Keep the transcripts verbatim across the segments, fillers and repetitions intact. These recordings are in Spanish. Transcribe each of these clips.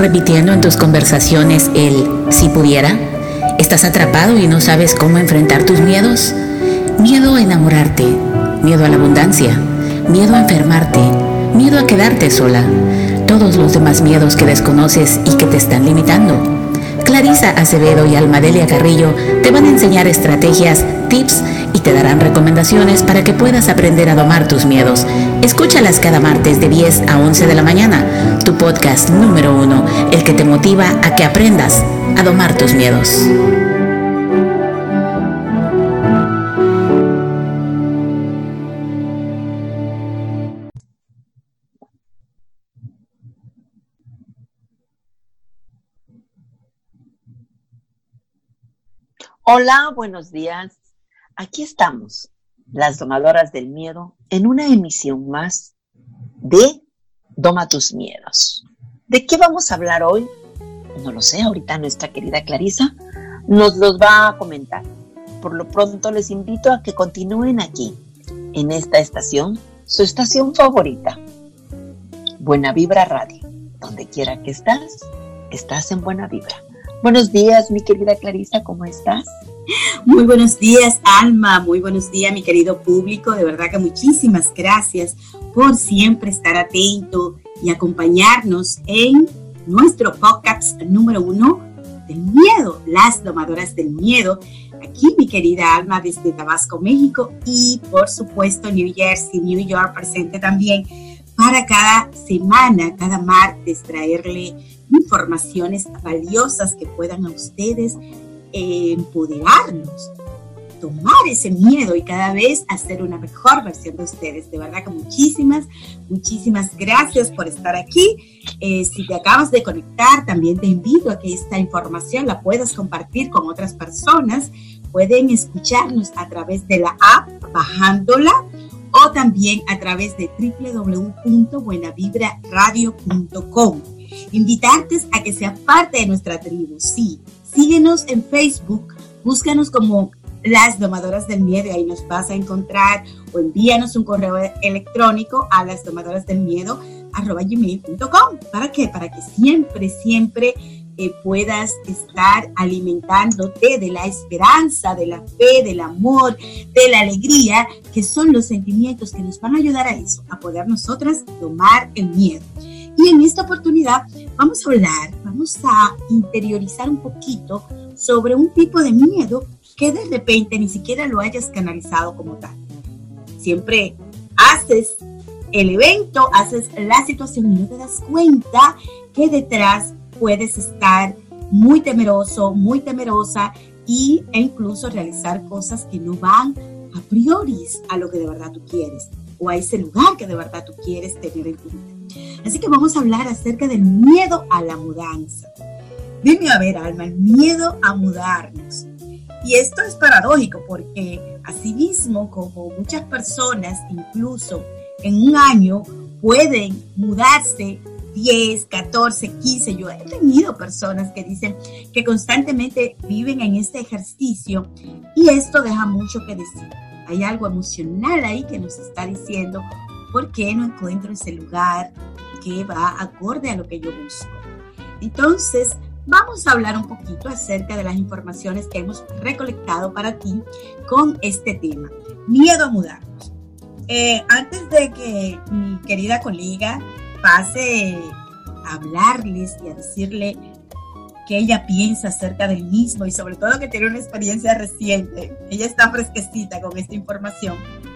repitiendo en tus conversaciones el si pudiera? ¿Estás atrapado y no sabes cómo enfrentar tus miedos? Miedo a enamorarte, miedo a la abundancia, miedo a enfermarte, miedo a quedarte sola. Todos los demás miedos que desconoces y que te están limitando. Clarisa Acevedo y Almadelia Carrillo te van a enseñar estrategias, tips y te darán recomendaciones para que puedas aprender a domar tus miedos. Escúchalas cada martes de diez a once de la mañana. Tu podcast número uno, el que te motiva a que aprendas a domar tus miedos. Hola, buenos días. Aquí estamos, las domadoras del miedo, en una emisión más de Doma tus miedos. ¿De qué vamos a hablar hoy? No lo sé, ahorita nuestra querida Clarisa nos los va a comentar. Por lo pronto les invito a que continúen aquí, en esta estación, su estación favorita, Buena Vibra Radio. Donde quiera que estás, estás en Buena Vibra. Buenos días, mi querida Clarisa, ¿cómo estás? Muy buenos días, Alma, muy buenos días, mi querido público. De verdad que muchísimas gracias por siempre estar atento y acompañarnos en nuestro podcast número uno del miedo, las domadoras del miedo. Aquí, mi querida Alma, desde Tabasco, México, y por supuesto New Jersey, New York, presente también para cada semana, cada martes, traerle informaciones valiosas que puedan a ustedes eh, empoderarnos, tomar ese miedo y cada vez hacer una mejor versión de ustedes. De verdad que muchísimas, muchísimas gracias por estar aquí. Eh, si te acabas de conectar, también te invito a que esta información la puedas compartir con otras personas. Pueden escucharnos a través de la app, bajándola, o también a través de doble u doble u doble u punto buena vibra radio punto com. Invitarte a que seas parte de nuestra tribu. Sí, síguenos en Facebook, búscanos como Las Domadoras del Miedo, y ahí nos vas a encontrar, o envíanos un correo electrónico a lasdomadorasdelmiedo arroba gmail punto com. ¿Para qué? Para que siempre, siempre eh, puedas estar alimentándote de la esperanza, de la fe, del amor, de la alegría, que son los sentimientos que nos van a ayudar a eso, a poder nosotras domar el miedo. Y en esta oportunidad vamos a hablar, vamos a interiorizar un poquito sobre un tipo de miedo que de repente ni siquiera lo hayas canalizado como tal. Siempre haces el evento, haces la situación y no te das cuenta que detrás puedes estar muy temeroso, muy temerosa y, e incluso realizar cosas que no van a priori a lo que de verdad tú quieres o a ese lugar que de verdad tú quieres tener en tu vida. Así que vamos a hablar acerca del miedo a la mudanza. Dime a ver, Alma, el miedo a mudarnos. Y esto es paradójico porque asimismo como muchas personas incluso en un año pueden mudarse diez, catorce, quince. Yo he tenido personas que dicen que constantemente viven en este ejercicio y esto deja mucho que decir. Hay algo emocional ahí que nos está diciendo por qué no encuentro ese lugar que va acorde a lo que yo busco. Entonces, vamos a hablar un poquito acerca de las informaciones que hemos recolectado para ti con este tema, miedo a mudarnos. Eh, antes de que mi querida colega pase a hablarles y a decirle qué ella piensa acerca del mismo y sobre todo que tiene una experiencia reciente, ella está fresquecita con esta información.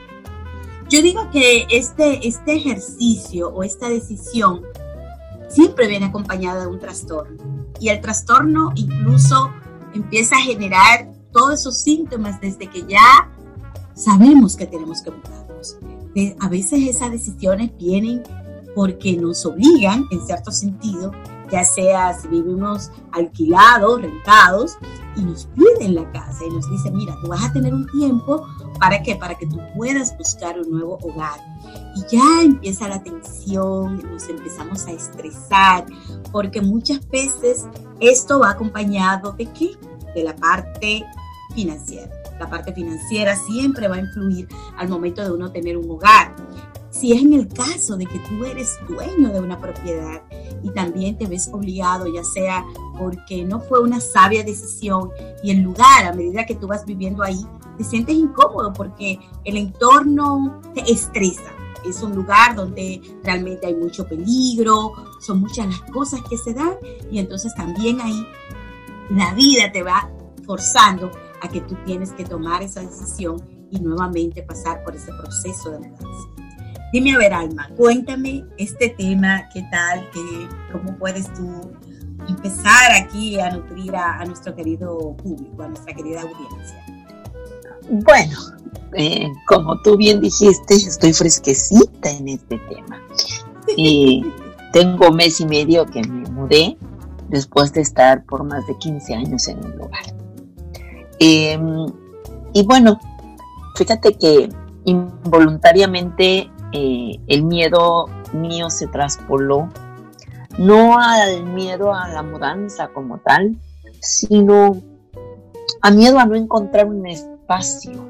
Yo digo que este, este ejercicio o esta decisión siempre viene acompañada de un trastorno. Y el trastorno incluso empieza a generar todos esos síntomas desde que ya sabemos que tenemos que mudarnos. A veces esas decisiones vienen porque nos obligan, en cierto sentido, ya sea si vivimos alquilados, rentados, y nos piden la casa y nos dicen, mira, tú vas a tener un tiempo, ¿para qué? Para que tú puedas buscar un nuevo hogar. Y ya empieza la tensión, nos empezamos a estresar, porque muchas veces esto va acompañado ¿de qué? De la parte financiera. La parte financiera siempre va a influir al momento de uno tener un hogar. Si es en el caso de que tú eres dueño de una propiedad, y también te ves obligado, ya sea porque no fue una sabia decisión y el lugar, a medida que tú vas viviendo ahí, te sientes incómodo porque el entorno te estresa. Es un lugar donde realmente hay mucho peligro, son muchas las cosas que se dan y entonces también ahí la vida te va forzando a que tú tienes que tomar esa decisión y nuevamente pasar por ese proceso de mudanza. Dime, a ver, Alma, cuéntame este tema, ¿qué tal? ¿Qué, ¿Cómo puedes tú empezar aquí a nutrir a, a nuestro querido público, a nuestra querida audiencia? Bueno, eh, como tú bien dijiste, estoy fresquecita en este tema. Y tengo mes y medio que me mudé después de estar por más de quince años en un lugar. Eh, y bueno, fíjate que involuntariamente eh, el miedo mío se traspoló no al miedo a la mudanza como tal, sino a miedo a no encontrar un espacio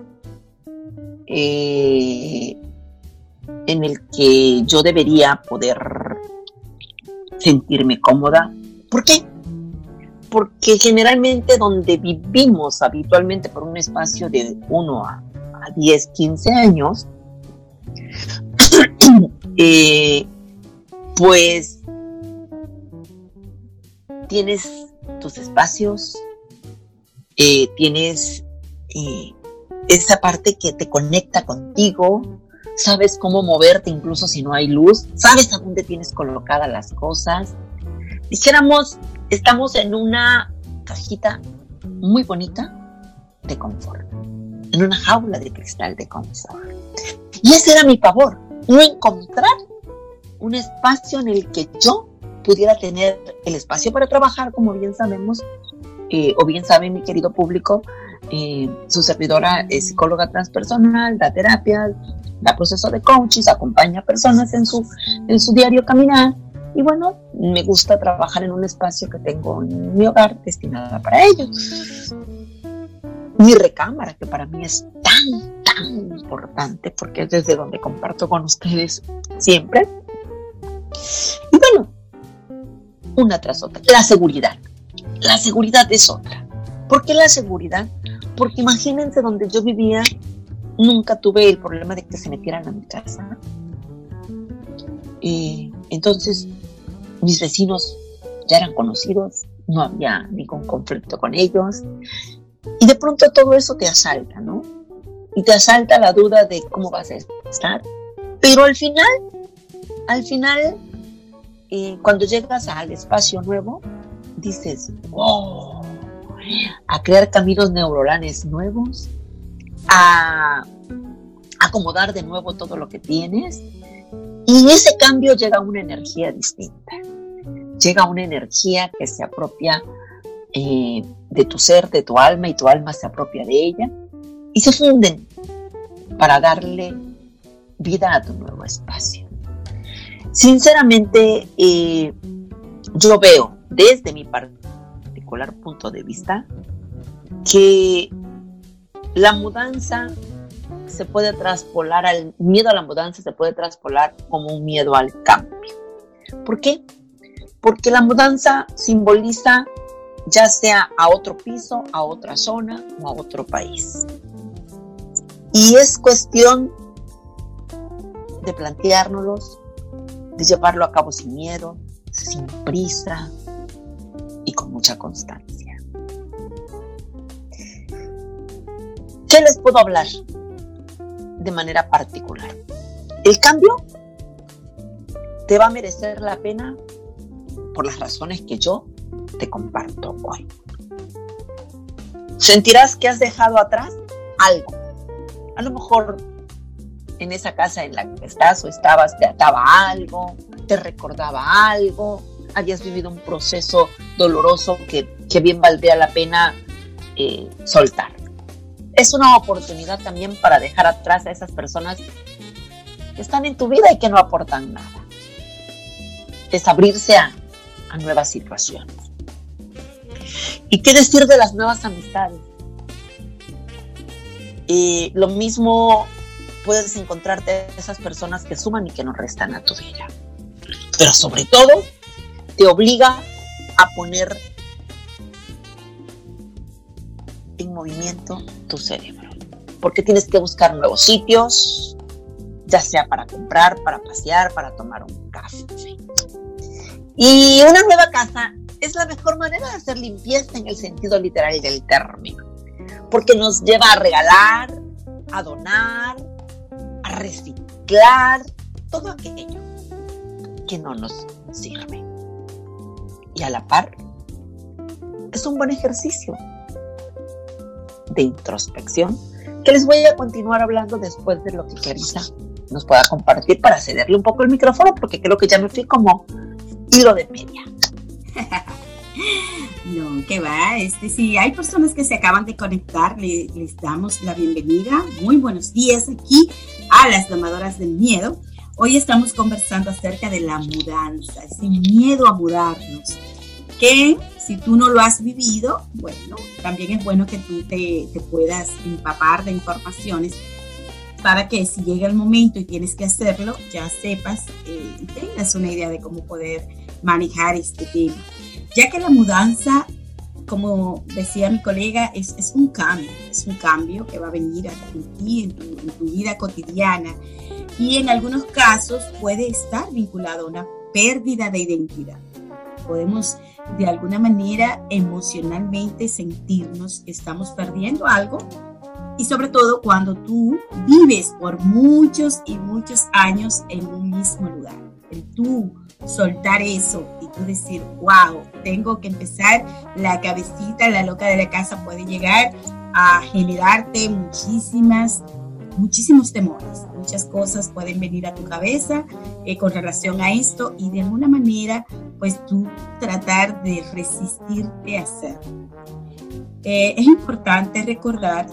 eh, en el que yo debería poder sentirme cómoda. ¿Por qué? Porque generalmente donde vivimos habitualmente por un espacio de uno a diez, quince años, eh, pues tienes tus espacios, eh, tienes eh, esa parte que te conecta contigo, sabes cómo moverte incluso si no hay luz, sabes a dónde tienes colocadas las cosas. Dijéramos, estamos en una cajita muy bonita de confort, en una jaula de cristal de confort. Y ese era mi pavor, no encontrar un espacio en el que yo pudiera tener el espacio para trabajar, como bien sabemos, eh, o bien sabe mi querido público, eh, su servidora es psicóloga transpersonal, da terapias, da proceso de coaching, acompaña a personas en su, en su diario caminar. Y bueno, me gusta trabajar en un espacio que tengo en mi hogar destinada para ellos. Mi recámara, que para mí es tan, tan importante, porque es desde donde comparto con ustedes siempre. Y bueno, una tras otra. La seguridad. La seguridad es otra. ¿Por qué la seguridad? Porque imagínense, donde yo vivía, nunca tuve el problema de que se metieran a mi casa. Eh, entonces, mis vecinos ya eran conocidos, no había ningún conflicto con ellos. Y de pronto todo eso te asalta, ¿no? Y te asalta la duda de cómo vas a estar. Pero al final, al final, eh, cuando llegas al espacio nuevo, dices, wow, a crear caminos neuronales nuevos, a acomodar de nuevo todo lo que tienes. Y ese cambio llega a una energía distinta. Llega a una energía que se apropia eh, de tu ser, de tu alma, y tu alma se apropia de ella. Y se funden para darle vida a tu nuevo espacio. Sinceramente, eh, yo veo desde mi particular punto de vista que la mudanza se puede traspolar, al miedo a la mudanza se puede traspolar como un miedo al cambio. ¿Por qué? Porque la mudanza simboliza ya sea a otro piso, a otra zona o a otro país. Y es cuestión de planteárnoslos, de llevarlo a cabo sin miedo, sin prisa y con mucha constancia. ¿Qué les puedo hablar de manera particular? El cambio te va a merecer la pena por las razones que yo te comparto hoy. Sentirás que has dejado atrás algo. A lo mejor en esa casa en la que estás o estabas te ataba algo, te recordaba algo, habías vivido un proceso doloroso que, que bien valdría la pena eh, soltar. Es una oportunidad también para dejar atrás a esas personas que están en tu vida y que no aportan nada. Es abrirse a, a nuevas situaciones. ¿Y qué decir de las nuevas amistades? Eh, lo mismo puedes encontrarte esas personas que suman y que no restan a tu vida. Pero sobre todo, te obliga a poner en movimiento tu cerebro, porque tienes que buscar nuevos sitios, ya sea para comprar, para pasear, para tomar un café. Y una nueva casa es la mejor manera de hacer limpieza en el sentido literal del término, porque nos lleva a regalar, a donar, a reciclar todo aquello que no nos sirve. Y a la par, es un buen ejercicio de introspección que les voy a continuar hablando después de lo que Clarisa nos pueda compartir, para cederle un poco el micrófono, porque creo que ya me fui como hilo de media. No, que va, este sí, hay personas que se acaban de conectar, le, les damos la bienvenida. Muy buenos días aquí a las domadoras del miedo. Hoy estamos conversando acerca de la mudanza, ese miedo a mudarnos, que si tú no lo has vivido, bueno, también es bueno que tú te, te puedas empapar de informaciones para que si llega el momento y tienes que hacerlo, ya sepas eh, y tengas una idea de cómo poder manejar este tema. Ya que la mudanza, como decía mi colega, es, es un cambio, es un cambio que va a venir a ti en tu, en tu vida cotidiana, y en algunos casos puede estar vinculado a una pérdida de identidad. Podemos de alguna manera emocionalmente sentirnos que estamos perdiendo algo, y sobre todo cuando tú vives por muchos y muchos años en un mismo lugar. El tú soltar eso y tú decir, wow, tengo que empezar, la cabecita, la loca de la casa puede llegar a generarte muchísimas, muchísimos temores. Muchas cosas pueden venir a tu cabeza eh, con relación a esto, y de alguna manera, pues tú tratar de resistirte a hacerlo. Eh, es importante recordar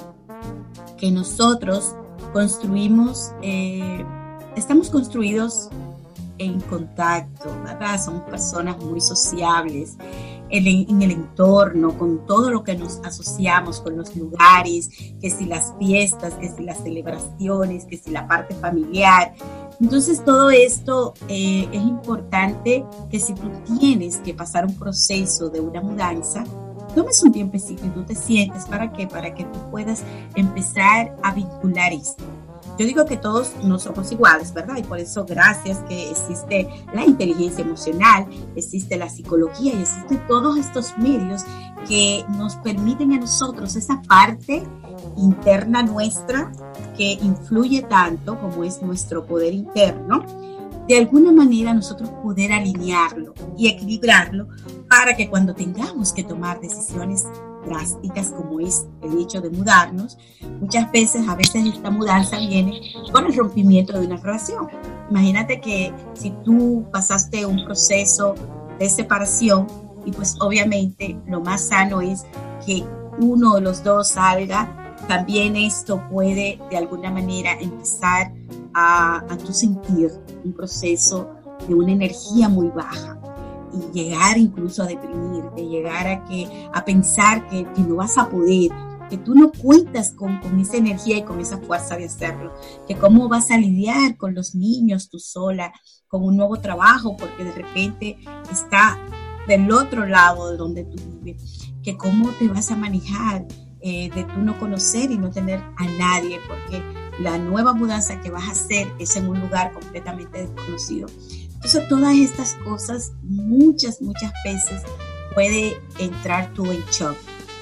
que nosotros construimos, eh, estamos construidos en contacto, ¿verdad? Somos personas muy sociables en, en el entorno, con todo lo que nos asociamos, con los lugares, que si las fiestas, que si las celebraciones, que si la parte familiar. Entonces todo esto eh, es importante que si tú tienes que pasar un proceso de una mudanza, tomes un tiempecito y tú te sientes, ¿para qué? Para que tú puedas empezar a vincular esto. Yo digo que todos no somos iguales, ¿verdad? Y por eso, gracias que existe la inteligencia emocional, existe la psicología y existen todos estos medios que nos permiten a nosotros esa parte interna nuestra que influye tanto como es nuestro poder interno, de alguna manera nosotros poder alinearlo y equilibrarlo para que cuando tengamos que tomar decisiones drásticas como es el hecho de mudarnos, muchas veces, a veces esta mudanza viene con el rompimiento de una relación. Imagínate que si tú pasaste un proceso de separación y pues obviamente lo más sano es que uno de los dos salga, también esto puede de alguna manera empezar a, a tu sentir un proceso de una energía muy baja, y llegar incluso a deprimirte, llegar a, que, a pensar que, que no vas a poder, que tú no cuentas con, con esa energía y con esa fuerza de hacerlo, que cómo vas a lidiar con los niños tú sola, con un nuevo trabajo, porque de repente está del otro lado de donde tú vives, que cómo te vas a manejar, eh, de tú no conocer y no tener a nadie, porque la nueva mudanza que vas a hacer es en un lugar completamente desconocido. Entonces, todas estas cosas, muchas, muchas veces puede entrar tú en shock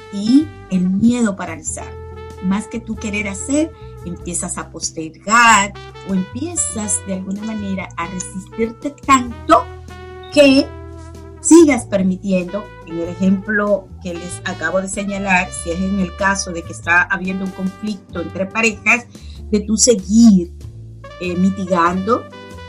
y el miedo paralizar. Más que tú querer hacer, empiezas a postergar o empiezas de alguna manera a resistirte tanto que sigas permitiendo, en el ejemplo que les acabo de señalar, si es en el caso de que está habiendo un conflicto entre parejas, de tú seguir eh, mitigando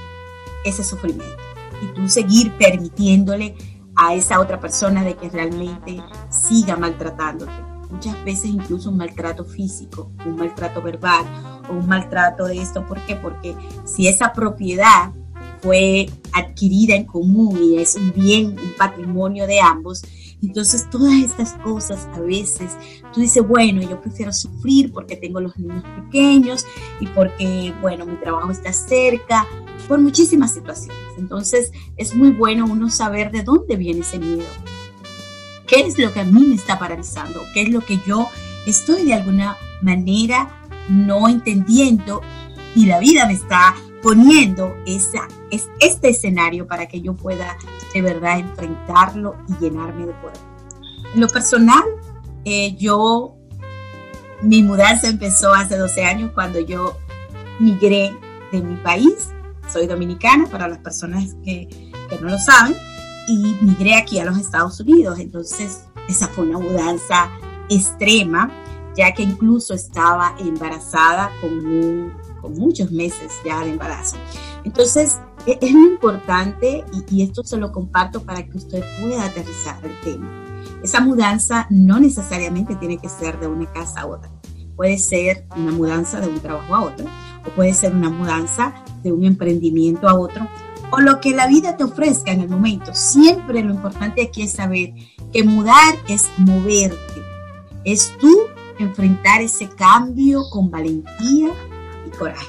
ese sufrimiento y tú seguir permitiéndole a esa otra persona de que realmente siga maltratándote. Muchas veces incluso un maltrato físico, un maltrato verbal o un maltrato de esto. ¿Por qué? Porque si esa propiedad fue adquirida en común y es un bien, un patrimonio de ambos, entonces todas estas cosas a veces tú dices, bueno, yo prefiero sufrir porque tengo los niños pequeños y porque, bueno, mi trabajo está cerca, por muchísimas situaciones. Entonces es muy bueno uno saber de dónde viene ese miedo. ¿Qué es lo que a mí me está paralizando? ¿Qué es lo que yo estoy de alguna manera no entendiendo y la vida me está poniendo esa, es, este escenario para que yo pueda de verdad enfrentarlo y llenarme de poder? En lo personal, eh, yo, mi mudanza empezó hace doce años cuando yo migré de mi país. Soy dominicana, para las personas que, que no lo saben, y migré aquí a los Estados Unidos. Entonces, esa fue una mudanza extrema, ya que incluso estaba embarazada con, un, con muchos meses ya de embarazo. Entonces, es, es muy importante, y, y esto se lo comparto para que usted pueda aterrizar el tema. Esa mudanza no necesariamente tiene que ser de una casa a otra. Puede ser una mudanza de un trabajo a otro, o puede ser una mudanza de un emprendimiento a otro, o lo que la vida te ofrezca en el momento. Siempre lo importante aquí es saber que mudar es moverte, es tú enfrentar ese cambio con valentía y coraje.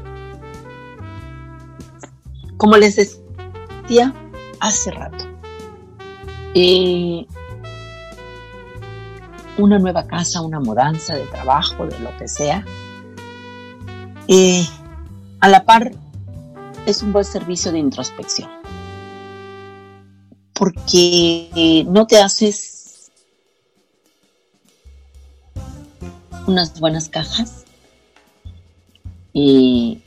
Como les decía hace rato, eh, una nueva casa, una mudanza de trabajo, de lo que sea, eh, a la par es un buen servicio de introspección, porque eh, no te haces unas buenas cajas y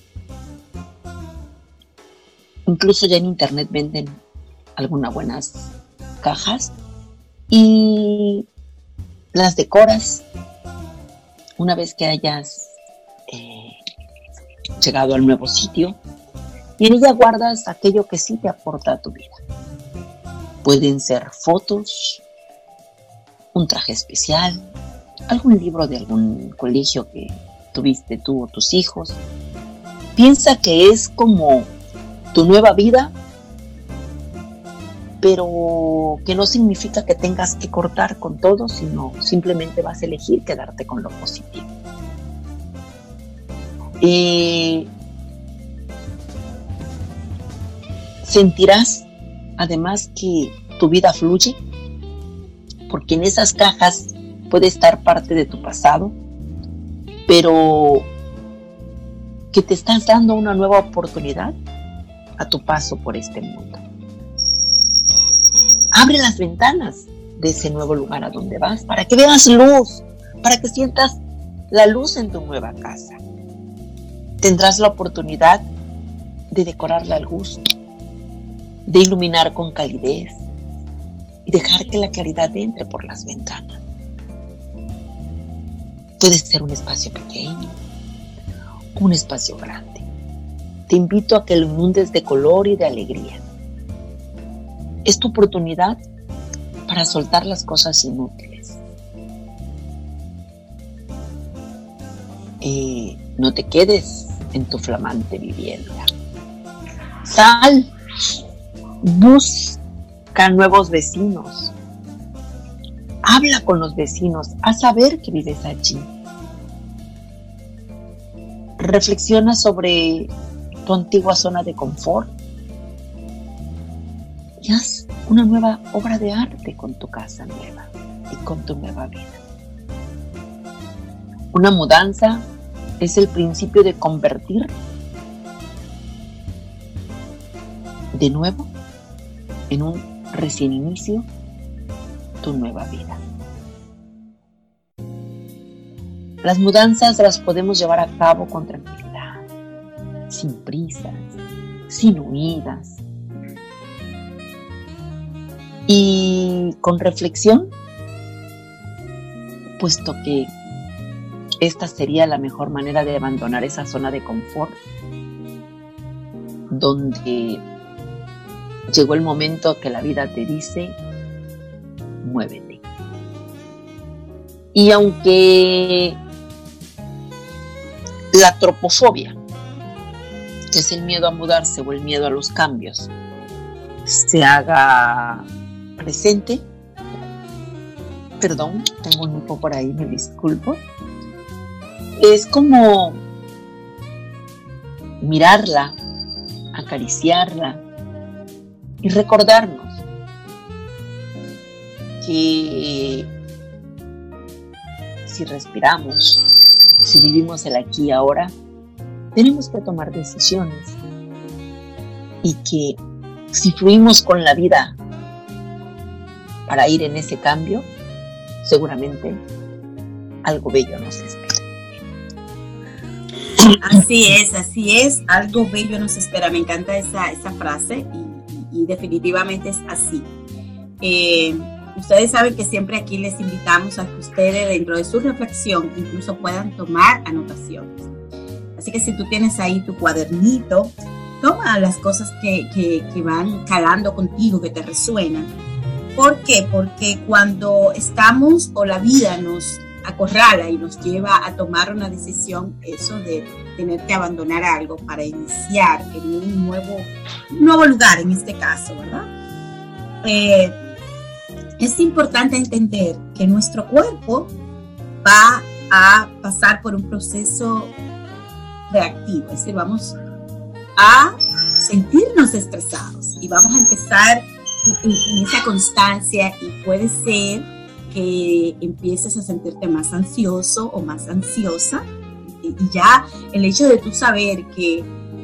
incluso ya en internet venden algunas buenas cajas y las decoras una vez que hayas eh, llegado al nuevo sitio, y en ella guardas aquello que sí te aporta a tu vida. Pueden ser fotos, un traje especial, algún libro de algún colegio que tuviste tú o tus hijos. Piensa que es como tu nueva vida, pero que no significa que tengas que cortar con todo, sino simplemente vas a elegir quedarte con lo positivo. Eh, sentirás además que tu vida fluye, porque en esas cajas puede estar parte de tu pasado, pero que te estás dando una nueva oportunidad a tu paso por este mundo. Abre las ventanas de ese nuevo lugar a donde vas para que veas luz, para que sientas la luz en tu nueva casa. Tendrás la oportunidad de decorarla al gusto, de iluminar con calidez y dejar que la claridad entre por las ventanas. Puede ser un espacio pequeño, un espacio grande. Te invito a que lo inundes de color y de alegría. Es tu oportunidad para soltar las cosas inútiles. Eh, no te quedes en tu flamante vivienda. Sal, busca nuevos vecinos. Habla con los vecinos, haz saber que vives allí. Reflexiona sobre tu antigua zona de confort y haz una nueva obra de arte con tu casa nueva y con tu nueva vida. Una mudanza es el principio de convertir de nuevo en un recién inicio tu nueva vida. Las mudanzas las podemos llevar a cabo con tranquilidad, sin prisas, sin huidas y con reflexión, puesto que esta sería la mejor manera de abandonar esa zona de confort donde llegó el momento que la vida te dice: muévete. Y aunque la tropofobia, que es el miedo a mudarse o el miedo a los cambios, se haga presente, perdón, tengo un hipo por ahí, me disculpo, es como mirarla acariciarla y recordarnos que si respiramos, si vivimos el aquí y ahora, tenemos que tomar decisiones y que si fluimos con la vida para ir en ese cambio, seguramente algo bello nos espera. Así es, así es, algo bello nos espera. Me encanta esa, esa frase y, y, y definitivamente es así. Eh, ustedes saben que siempre aquí les invitamos a que ustedes dentro de su reflexión incluso puedan tomar anotaciones. Así que si tú tienes ahí tu cuadernito, toma las cosas que, que, que van calando contigo, que te resuenan. ¿Por qué? Porque cuando estamos o la vida nos acorrala y nos lleva a tomar una decisión, eso de tener que abandonar algo para iniciar en un nuevo, un nuevo lugar, en este caso, ¿verdad? Eh, es importante entender que nuestro cuerpo va a pasar por un proceso reactivo, es decir, vamos a sentirnos estresados y vamos a empezar en, en esa constancia y puede ser que empieces a sentirte más ansioso o más ansiosa y, y ya el hecho de tú saber que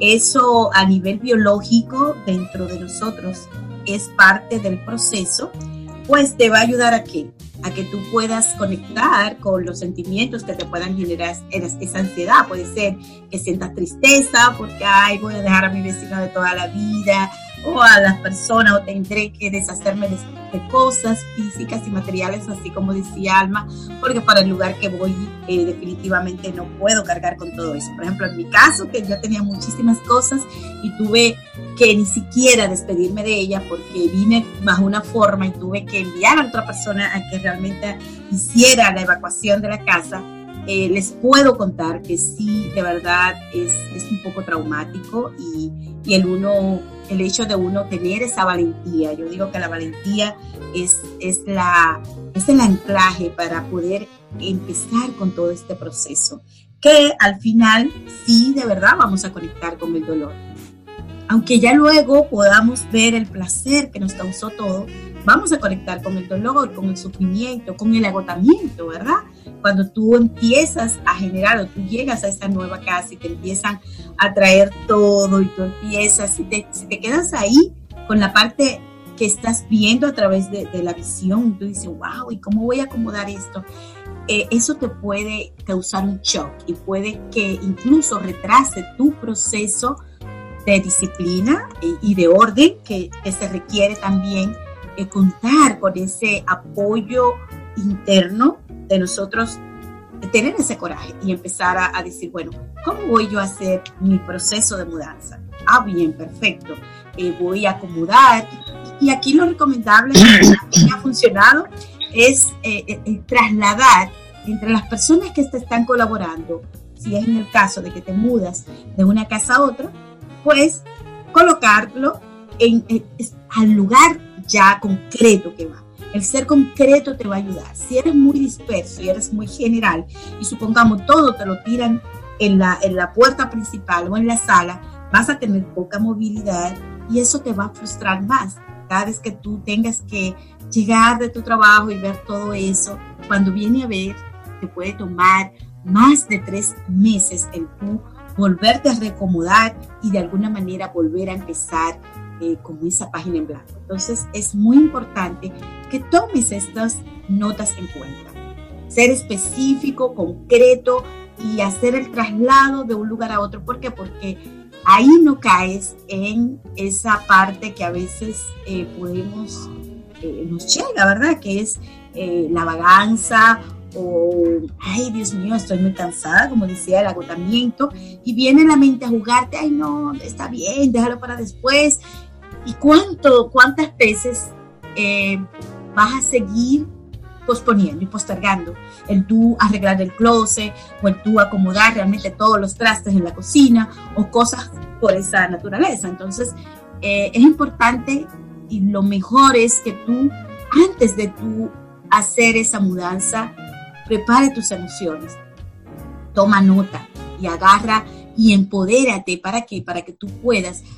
eso a nivel biológico dentro de nosotros es parte del proceso, pues te va a ayudar a qué? A que tú puedas conectar con los sentimientos que te puedan generar esa ansiedad. Puede ser que sientas tristeza porque, ay, voy a dejar a mi vecino de toda la vida, o a las personas, o tendré que deshacerme de, de cosas físicas y materiales, así como decía Alma, porque para el lugar que voy eh, definitivamente no puedo cargar con todo eso. Por ejemplo, en mi caso, que yo tenía muchísimas cosas y tuve que ni siquiera despedirme de ella porque vine bajo una forma y tuve que enviar a otra persona a que realmente hiciera la evacuación de la casa. Eh, les puedo contar que sí, de verdad es, es un poco traumático y, y el uno, el hecho de uno tener esa valentía, yo digo que la valentía es, es, la, es el anclaje para poder empezar con todo este proceso, que al final sí, de verdad vamos a conectar con el dolor. Aunque ya luego podamos ver el placer que nos causó todo, vamos a conectar con el dolor, con el sufrimiento, con el agotamiento, ¿verdad? Cuando tú empiezas a generar o tú llegas a esa nueva casa y te empiezan a traer todo y tú empiezas, si te, si te quedas ahí con la parte que estás viendo a través de, de la visión, tú dices, wow, ¿y cómo voy a acomodar esto? Eh, eso te puede causar un shock y puede que incluso retrase tu proceso de disciplina y, y de orden que, que se requiere también eh, contar con ese apoyo interno de nosotros, de tener ese coraje y empezar a, a decir, bueno, ¿cómo voy yo a hacer mi proceso de mudanza? Ah, bien, perfecto, eh, voy a acomodar y aquí lo recomendable que ha funcionado es eh, eh, trasladar entre las personas que te están colaborando, si es en el caso de que te mudas de una casa a otra, pues colocarlo en, en, al lugar ya concreto que va. El ser concreto te va a ayudar. Si eres muy disperso y eres muy general y supongamos todo te lo tiran en la, en la puerta principal o en la sala, vas a tener poca movilidad y eso te va a frustrar más. Cada vez que tú tengas que llegar de tu trabajo y ver todo eso, cuando viene a ver, te puede tomar más de tres meses el tú volverte a reacomodar y de alguna manera volver a empezar eh, con esa página en blanco. Entonces es muy importante que tomes estas notas en cuenta. Ser específico, concreto y hacer el traslado de un lugar a otro. ¿Por qué? Porque ahí no caes en esa parte que a veces eh, podemos, eh, nos llega, ¿verdad? Que es eh, la vagancia o, ay, Dios mío, estoy muy cansada, como decía, el agotamiento, y viene la mente a jugarte, ay, no, está bien, déjalo para después. ¿Y cuánto, cuántas veces eh, vas a seguir posponiendo y postergando el tú arreglar el closet o el tú acomodar realmente todos los trastes en la cocina o cosas por esa naturaleza? Entonces, eh, es importante y lo mejor es que tú, antes de tú hacer esa mudanza, prepare tus emociones, toma nota y agarra y empodérate para que, para que tú puedas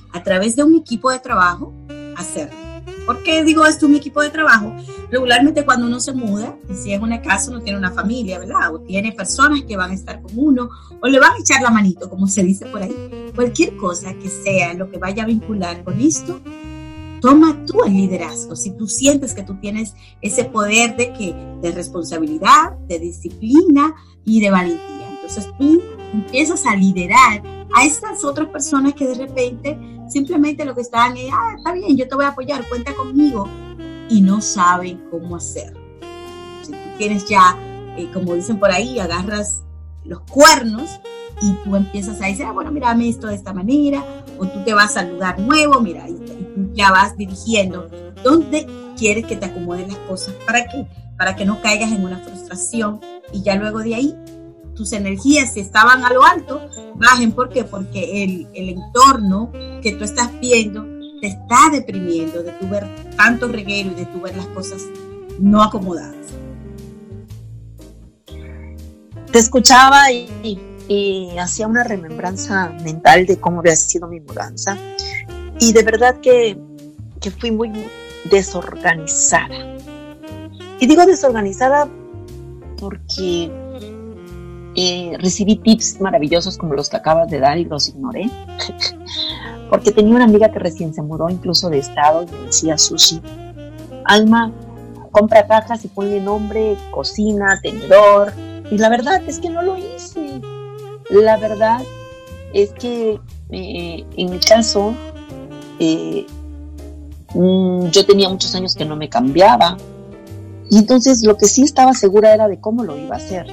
a través de un equipo de trabajo, hacerlo. ¿Por qué digo esto, un equipo de trabajo? Regularmente cuando uno se muda, y si es una casa, uno tiene una familia, ¿verdad? O tiene personas que van a estar con uno, o le van a echar la manito, como se dice por ahí. Cualquier cosa que sea lo que vaya a vincular con esto, toma tú el liderazgo. Si tú sientes que tú tienes ese poder de, que, de responsabilidad, de disciplina y de valentía. Entonces tú empiezas a liderar a estas otras personas que de repente simplemente lo que están es, ah, está bien, yo te voy a apoyar, cuenta conmigo, y no saben cómo hacerlo. Si tú tienes ya, eh, como dicen por ahí, agarras los cuernos y tú empiezas a decir, ah, bueno, mírame esto de esta manera, o tú te vas al lugar nuevo, mira, y, y tú ya vas dirigiendo dónde quieres que te acomoden las cosas. ¿Para qué? Para que no caigas en una frustración y ya luego de ahí tus energías, si estaban a lo alto, bajen. ¿Por qué? Porque el, el entorno que tú estás viendo te está deprimiendo de tu ver tanto reguero y de tu ver las cosas no acomodadas. Te escuchaba y, y, y hacía una remembranza mental de cómo había sido mi mudanza, y de verdad que, que fui muy desorganizada. Y digo desorganizada porque Eh, recibí tips maravillosos como los que acabas de dar y los ignoré, porque tenía una amiga que recién se mudó incluso de estado y me decía, Susi, Alma, compra cajas y ponle nombre, cocina, tenedor, y la verdad es que no lo hice. La verdad es que eh, en mi caso eh, mm, yo tenía muchos años que no me cambiaba, y entonces lo que sí estaba segura era de cómo lo iba a hacer.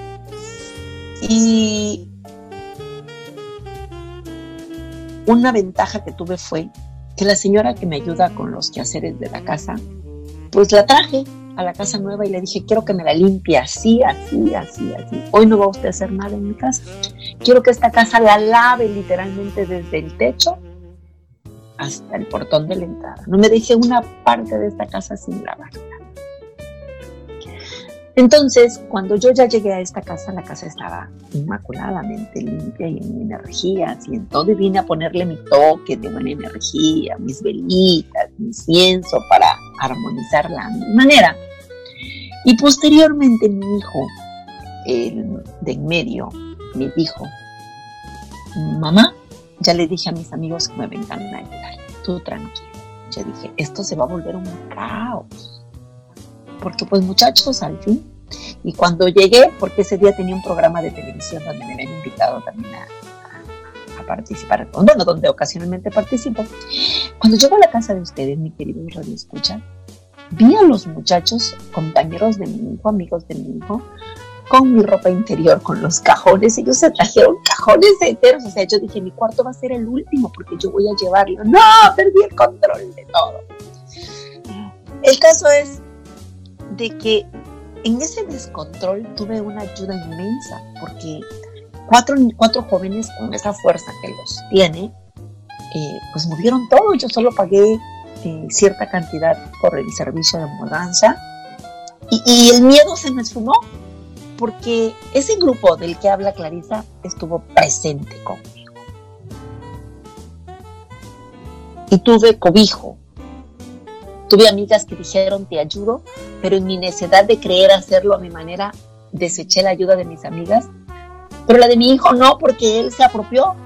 Y una ventaja que tuve fue que la señora que me ayuda con los quehaceres de la casa, pues la traje a la casa nueva y le dije, quiero que me la limpie así, así, así, así. Hoy no va usted a hacer nada en mi casa. Quiero que esta casa la lave literalmente desde el techo hasta el portón de la entrada. No me deje una parte de esta casa sin lavar. Entonces, cuando yo ya llegué a esta casa, la casa estaba inmaculadamente limpia y en energías y en todo, y vine a ponerle mi toque de buena energía, mis velitas, mi incienso para armonizarla a mi manera. Y posteriormente mi hijo, el de en medio, me dijo, mamá, ya le dije a mis amigos que me vengan a ayudar, tú tranquilo. Yo dije, esto se va a volver un caos. Porque pues muchachos, al fin, y cuando llegué, porque ese día tenía un programa de televisión donde me habían invitado también a, a participar, bueno, donde ocasionalmente participo, cuando llego a la casa de ustedes, mi querido Radio Escucha, vi a los muchachos, compañeros de mi hijo, amigos de mi hijo, con mi ropa interior, con los cajones, ellos se trajeron cajones enteros, o sea, yo dije, mi cuarto va a ser el último porque yo voy a llevarlo, no, perdí el control de todo. El caso es de que en ese descontrol tuve una ayuda inmensa, porque cuatro, cuatro jóvenes con esa fuerza que los tiene, eh, pues movieron todo. Yo solo pagué eh, cierta cantidad por el servicio de mudanza, y, y el miedo se me esfumó, porque ese grupo del que habla Clarisa estuvo presente conmigo. Y tuve cobijo. Tuve amigas que dijeron, te ayudo, pero en mi necedad de creer hacerlo a mi manera, deseché la ayuda de mis amigas. Pero la de mi hijo no, porque él se apropió.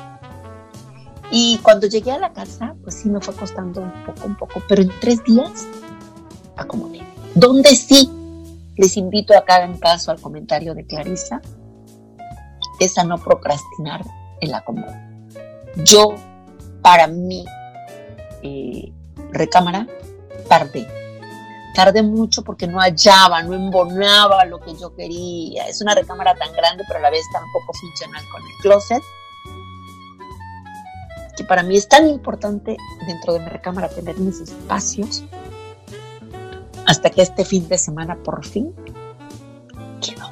Y cuando llegué a la casa, pues sí me fue costando un poco, un poco, pero en tres días acomodé. Donde sí les invito a que hagan caso al comentario de Clarisa, es a no procrastinar el acomodo. Yo, para mi eh, recámara, tardé. Tardé mucho porque no hallaba, no embonaba lo que yo quería. Es una recámara tan grande, pero a la vez tan poco funcional con el closet, que para mí es tan importante dentro de mi recámara tener mis espacios, hasta que este fin de semana por fin quedó.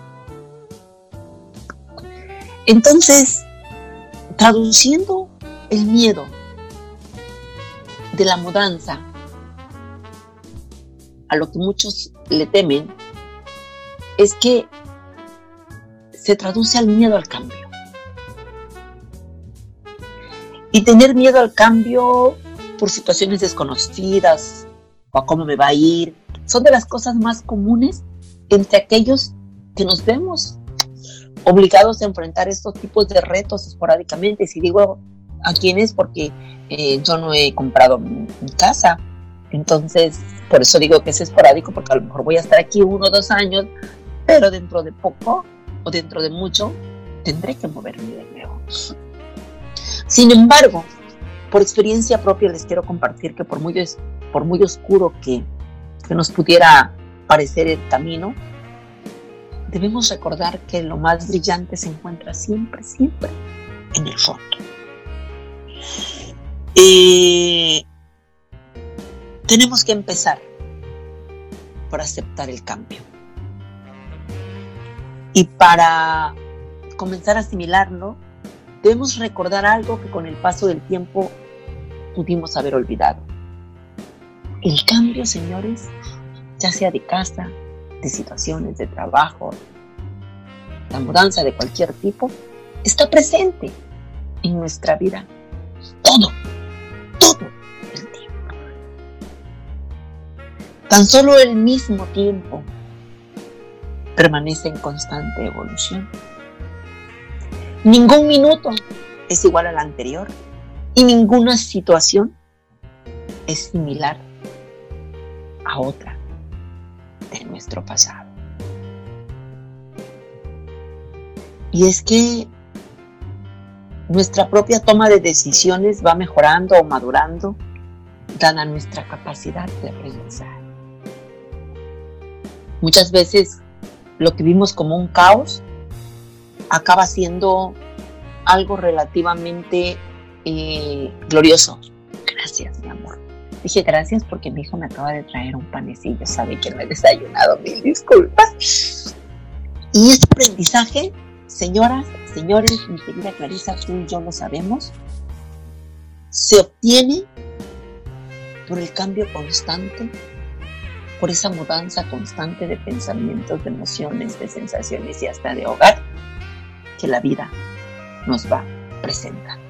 Entonces, traduciendo el miedo de la mudanza a lo que muchos le temen, es que se traduce al miedo al cambio. Y tener miedo al cambio por situaciones desconocidas o a cómo me va a ir, son de las cosas más comunes entre aquellos que nos vemos obligados a enfrentar estos tipos de retos esporádicamente. Si digo a quién es, porque eh, yo no he comprado mi, mi casa, entonces por eso digo que es esporádico, porque a lo mejor voy a estar aquí uno o dos años, pero dentro de poco o dentro de mucho tendré que moverme de nuevo. Sin embargo, por experiencia propia les quiero compartir que por muy, por muy oscuro que, que nos pudiera parecer el camino, debemos recordar que lo más brillante se encuentra siempre, siempre en el fondo. Eh, tenemos que empezar por aceptar el cambio. Y para comenzar a asimilarlo, debemos recordar algo que con el paso del tiempo pudimos haber olvidado. El cambio, señores, ya sea de casa, de situaciones de trabajo, la mudanza de cualquier tipo, está presente en nuestra vida todo, todo el tiempo. Tan solo el mismo tiempo permanece en constante evolución. Ningún minuto es igual al anterior y ninguna situación es similar a otra de nuestro pasado. Y es que nuestra propia toma de decisiones va mejorando o madurando, dada nuestra capacidad de aprendizaje. Muchas veces lo que vimos como un caos acaba siendo algo relativamente eh, glorioso. Gracias, mi amor. Dije gracias porque mi hijo me acaba de traer un panecillo. Sabe que no he desayunado, mil disculpas. Y este aprendizaje, señoras, señores, mi querida Clarisa, tú y yo lo sabemos, se obtiene por el cambio constante, por esa mudanza constante de pensamientos, de emociones, de sensaciones y hasta de hogar que la vida nos va presentando.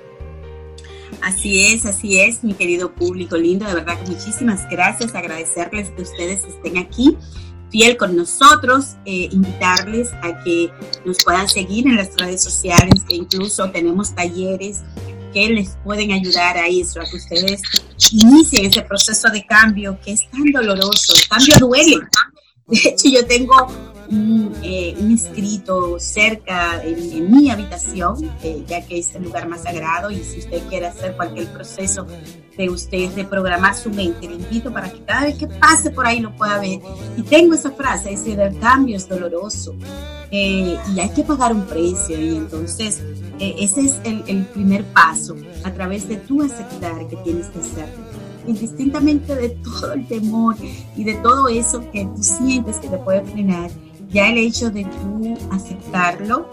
Así es, así es, mi querido público lindo, de verdad que muchísimas gracias, agradecerles que ustedes estén aquí, fiel con nosotros, eh, invitarles a que nos puedan seguir en las redes sociales, que incluso tenemos talleres que les pueden ayudar a eso, a que ustedes inicien ese proceso de cambio que es tan doloroso. El cambio duele. De hecho, yo tengo un, eh, un escrito cerca en, en mi habitación, eh, ya que es el lugar más sagrado, y si usted quiere hacer cualquier proceso de usted reprogramar su mente, le invito para que cada vez que pase por ahí lo pueda ver. Y tengo esa frase, dice, el cambio es doloroso. Eh, y hay que pagar un precio, y entonces eh, ese es el, el primer paso, a través de tú aceptar que tienes que hacer, indistintamente de todo el temor y de todo eso que tú sientes que te puede frenar. Ya el hecho de tú aceptarlo,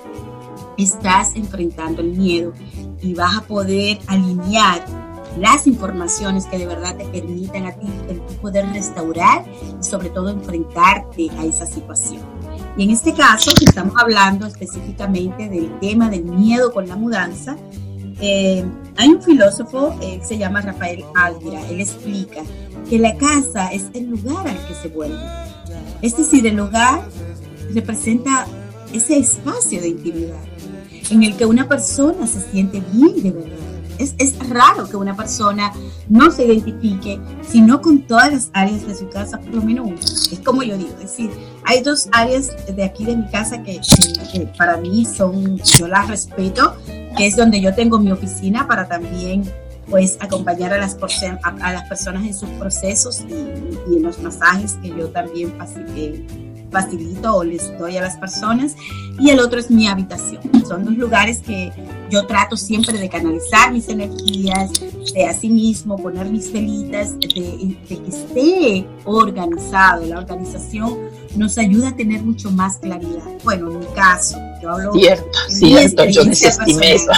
estás enfrentando el miedo y vas a poder alinear las informaciones que de verdad te permitan a ti el poder restaurar y sobre todo enfrentarte a esa situación. Y en este caso, que estamos hablando específicamente del tema del miedo con la mudanza, eh, hay un filósofo, eh, se llama Rafael Alvira. Él explica que la casa es el lugar al que se vuelve. Es decir, el hogar representa ese espacio de intimidad en el que una persona se siente bien de verdad. Es, es raro que una persona no se identifique, sino con todas las áreas de su casa, por lo menos una. Es como yo digo, es decir, hay dos áreas de aquí de mi casa que, que, que para mí son, yo las respeto, que es donde yo tengo mi oficina para también pues acompañar a las, a, a las personas en sus procesos y, y en los masajes que yo también facilito, facilito o les doy a las personas, y el otro es mi habitación. Son dos lugares que yo trato siempre de canalizar mis energías, de asimismo poner mis velitas, de, de que esté organizado. La organización nos ayuda a tener mucho más claridad. Bueno, en mi caso, yo hablo cierto, de cierto, yo desestimé eso.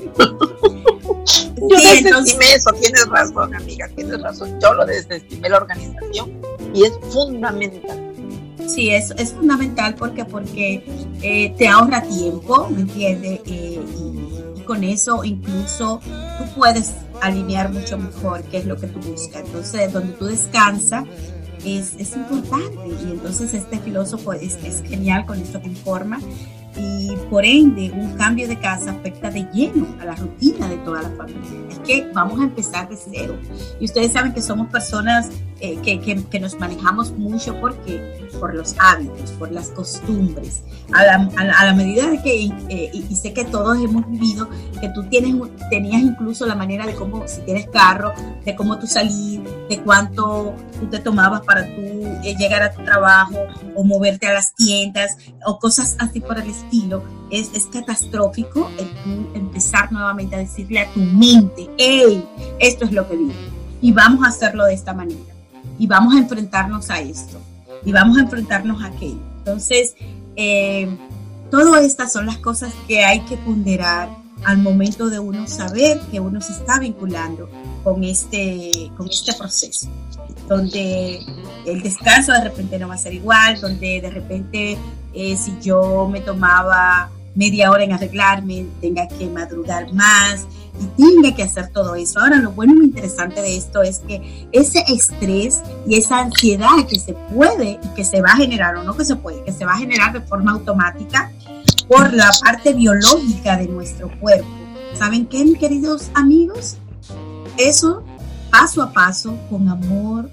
Yo Sí, desestimé entonces, eso, tienes razón, amiga, tienes razón. Yo lo desestimé, la organización, y es fundamental. Sí, es, es fundamental porque, porque eh, te ahorra tiempo, ¿me entiendes? Eh, y, y con eso incluso tú puedes alinear mucho mejor qué es lo que tú buscas. Entonces, donde tú descansas es, es importante, y entonces este filósofo es, es genial con esto que informa, y por ende un cambio de casa afecta de lleno a la rutina de toda la familia. Es que vamos a empezar de cero, y ustedes saben que somos personas eh, que, que, que nos manejamos mucho porque por los hábitos, por las costumbres, a la, a la, a la medida de que eh, y, y sé que todos hemos vivido que tú tienes, tenías incluso la manera de cómo, si tienes carro, de cómo tú salir, de cuánto tú te tomabas para tú eh, llegar a tu trabajo o moverte a las tiendas o cosas así por el estilo. Es, es catastrófico el tú empezar nuevamente a decirle a tu mente, hey, esto es lo que vive y vamos a hacerlo de esta manera y vamos a enfrentarnos a esto y vamos a enfrentarnos a aquello. Entonces, eh, todas estas son las cosas que hay que ponderar al momento de uno saber que uno se está vinculando con este, con este proceso, donde el descanso de repente no va a ser igual, donde de repente eh, si yo me tomaba media hora en arreglarme, tenga que madrugar más y tenga que hacer todo eso. Ahora, lo bueno y lo interesante de esto es que ese estrés y esa ansiedad que se puede y que se va a generar, o no que se puede, que se va a generar de forma automática por la parte biológica de nuestro cuerpo. ¿Saben qué, mis queridos amigos? Eso, paso a paso, con amor,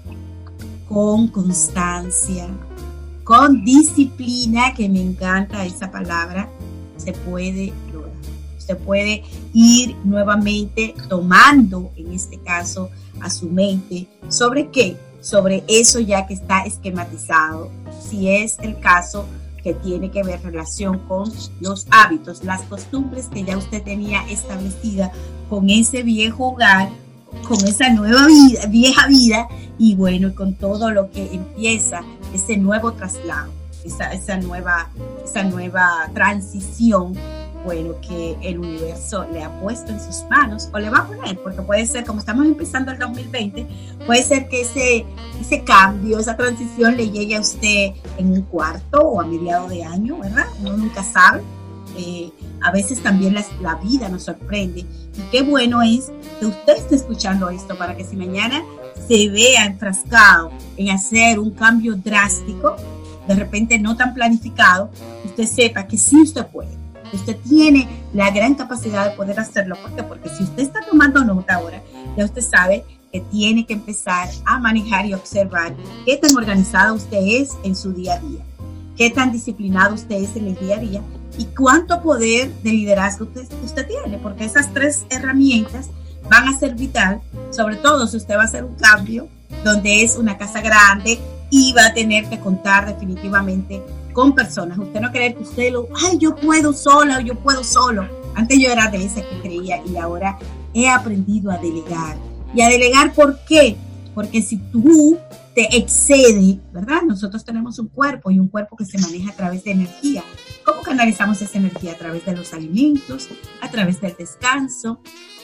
con constancia, con disciplina, que me encanta esa palabra, se puede lograr. Usted puede ir nuevamente tomando, en este caso, a su mente, ¿sobre qué? Sobre eso ya que está esquematizado. Si es el caso que tiene que ver relación con los hábitos, las costumbres que ya usted tenía establecida con ese viejo hogar, con esa nueva vida, vieja vida, y bueno, con todo lo que empieza ese nuevo traslado, esa, esa, nueva, esa nueva transición, bueno, que el universo le ha puesto en sus manos, o le va a poner, porque puede ser, como estamos empezando el dos mil veinte, puede ser que ese, ese cambio, esa transición le llegue a usted en un cuarto o a mediados de año, ¿verdad? Uno nunca sabe. Eh, a veces también la, la vida nos sorprende, y qué bueno es que usted esté escuchando esto para que si mañana se vea enfrascado en hacer un cambio drástico, de repente no tan planificado, usted sepa que sí usted puede, usted tiene la gran capacidad de poder hacerlo. ¿Por qué? Porque si usted está tomando nota ahora, ya usted sabe que tiene que empezar a manejar y observar qué tan organizado usted es en su día a día, qué tan disciplinado usted es en el día a día y cuánto poder de liderazgo usted, usted tiene, porque esas tres herramientas van a ser vital, sobre todo si usted va a hacer un cambio donde es una casa grande y va a tener que contar definitivamente con personas. Usted no cree que usted lo, ay, yo puedo sola o yo puedo solo. Antes yo era de esa que creía, y ahora he aprendido a delegar. ¿Y a delegar por qué? Porque si tú te excede, ¿verdad? Nosotros tenemos un cuerpo, y un cuerpo que se maneja a través de energía. ¿Cómo canalizamos esa energía? A través de los alimentos, a través del descanso,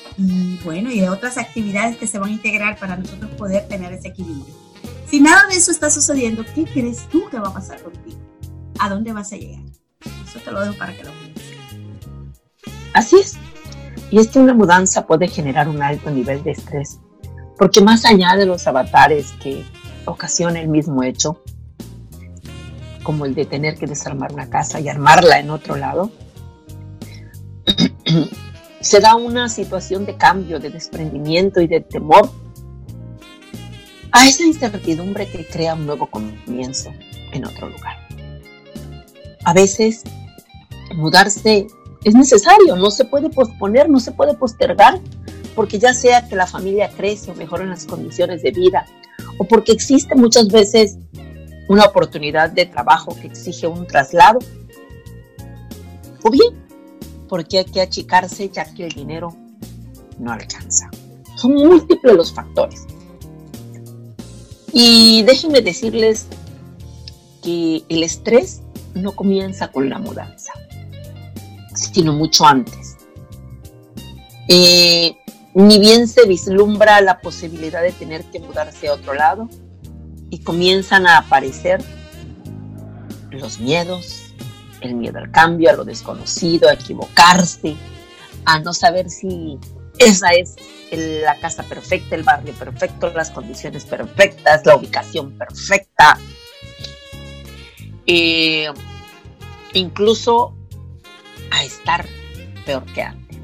y bueno, y de otras actividades que se van a integrar para nosotros poder tener ese equilibrio. Si nada de eso está sucediendo, ¿qué crees tú que va a pasar contigo? ¿A dónde vas a llegar? Eso te lo dejo para que lo pienses. Así es. Y es que una mudanza puede generar un alto nivel de estrés, porque más allá de los avatares que ocasiona el mismo hecho, como el de tener que desarmar una casa y armarla en otro lado, se da una situación de cambio, de desprendimiento y de temor a esa incertidumbre que crea un nuevo comienzo en otro lugar. A veces mudarse es necesario, no se puede posponer, no se puede postergar, porque ya sea que la familia crece o mejoran las condiciones de vida, o porque existe muchas veces una oportunidad de trabajo que exige un traslado, o bien porque hay que achicarse ya que el dinero no alcanza. Son múltiples los factores. Y déjenme decirles que el estrés no comienza con la mudanza, sino mucho antes. Eh, ni bien se vislumbra la posibilidad de tener que mudarse a otro lado, y comienzan a aparecer los miedos, el miedo al cambio, a lo desconocido, a equivocarse, a no saber si esa es la casa perfecta, el barrio perfecto, las condiciones perfectas, la ubicación perfecta. Eh, incluso a estar peor que antes.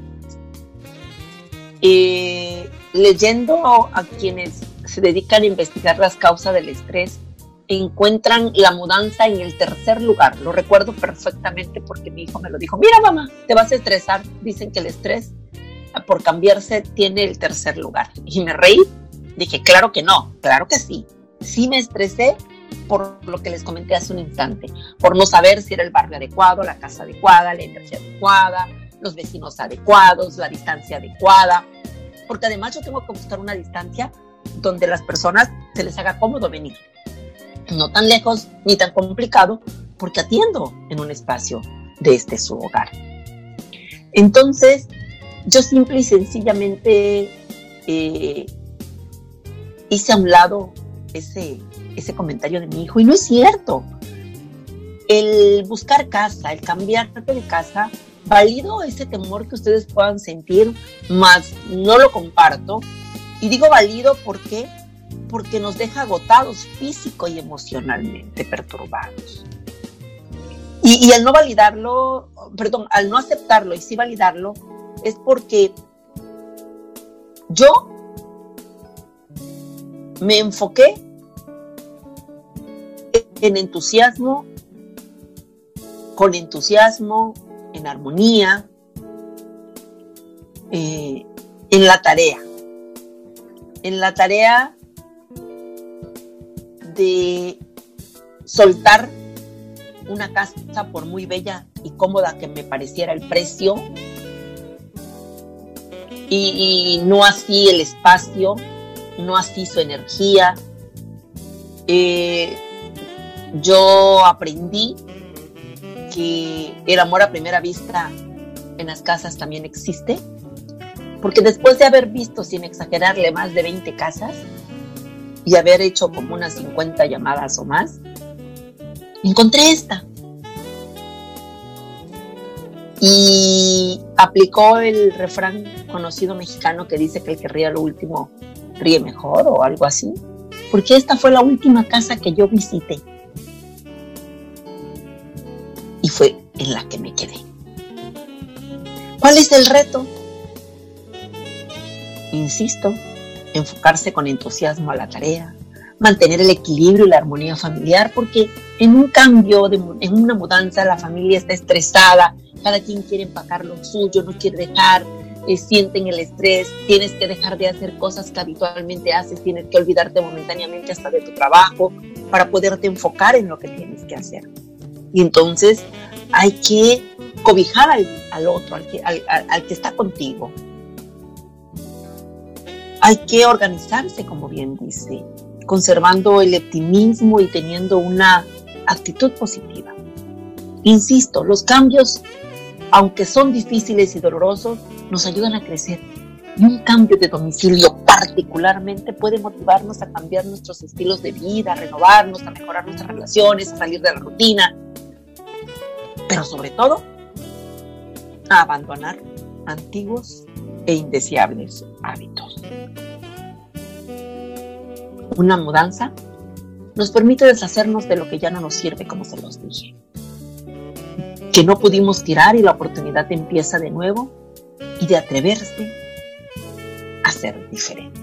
Eh, leyendo a quienes se dedican a investigar las causas del estrés, encuentran la mudanza en el tercer lugar. Lo recuerdo perfectamente porque mi hijo me lo dijo. Mira, mamá, te vas a estresar. Dicen que el estrés por cambiarse tiene el tercer lugar. Y me reí. Dije, claro que no, claro que sí. Sí me estresé por lo que les comenté hace un instante, por no saber si era el barrio adecuado, la casa adecuada, la energía adecuada, los vecinos adecuados, la distancia adecuada, porque además yo tengo que buscar una distancia donde las personas se les haga cómodo venir, no tan lejos ni tan complicado, porque atiendo en un espacio de este su hogar. Entonces, yo simple y sencillamente eh, hice a un lado ese ese comentario de mi hijo, y no es cierto. El buscar casa, el cambiarte de casa, valido ese temor que ustedes puedan sentir, más no lo comparto. Y digo válido porque porque nos deja agotados físico y emocionalmente, perturbados. Y, y al no validarlo, perdón, al no aceptarlo y sí validarlo, es porque yo me enfoqué en entusiasmo, con entusiasmo, en armonía, eh, en la tarea, en la tarea de soltar una casa, por muy bella y cómoda que me pareciera el precio, y, y no así el espacio, no así su energía. Eh, yo aprendí que el amor a primera vista en las casas también existe, porque después de haber visto, sin exagerarle, más de veinte casas y haber hecho como unas cincuenta llamadas o más, encontré esta. Y aplicó el refrán conocido mexicano que dice que el que ríe lo último ríe mejor, o algo así, porque esta fue la última casa que yo visité y fue en la que me quedé. ¿Cuál es el reto? Insisto, enfocarse con entusiasmo a la tarea, mantener el equilibrio y la armonía familiar, porque en un cambio, de, en una mudanza, la familia está estresada, cada quien quiere empacar lo suyo, no quiere dejar, eh, sienten el estrés, tienes que dejar de hacer cosas que habitualmente haces, tienes que olvidarte momentáneamente hasta de tu trabajo para poderte enfocar en lo que tienes que hacer. Y entonces hay que cobijar al, al otro, al que, al, al, al que está contigo. Hay que organizarse, como bien dice, conservando el optimismo y teniendo una actitud positiva. Insisto, los cambios, aunque son difíciles y dolorosos, nos ayudan a crecer. Y un cambio de domicilio particularmente puede motivarnos a cambiar nuestros estilos de vida, a renovarnos, a mejorar nuestras relaciones, a salir de la rutina. Pero sobre todo, a abandonar antiguos e indeseables hábitos. Una mudanza nos permite deshacernos de lo que ya no nos sirve, como se los dije, que no pudimos tirar, y la oportunidad empieza de nuevo y de atreverse a ser diferente.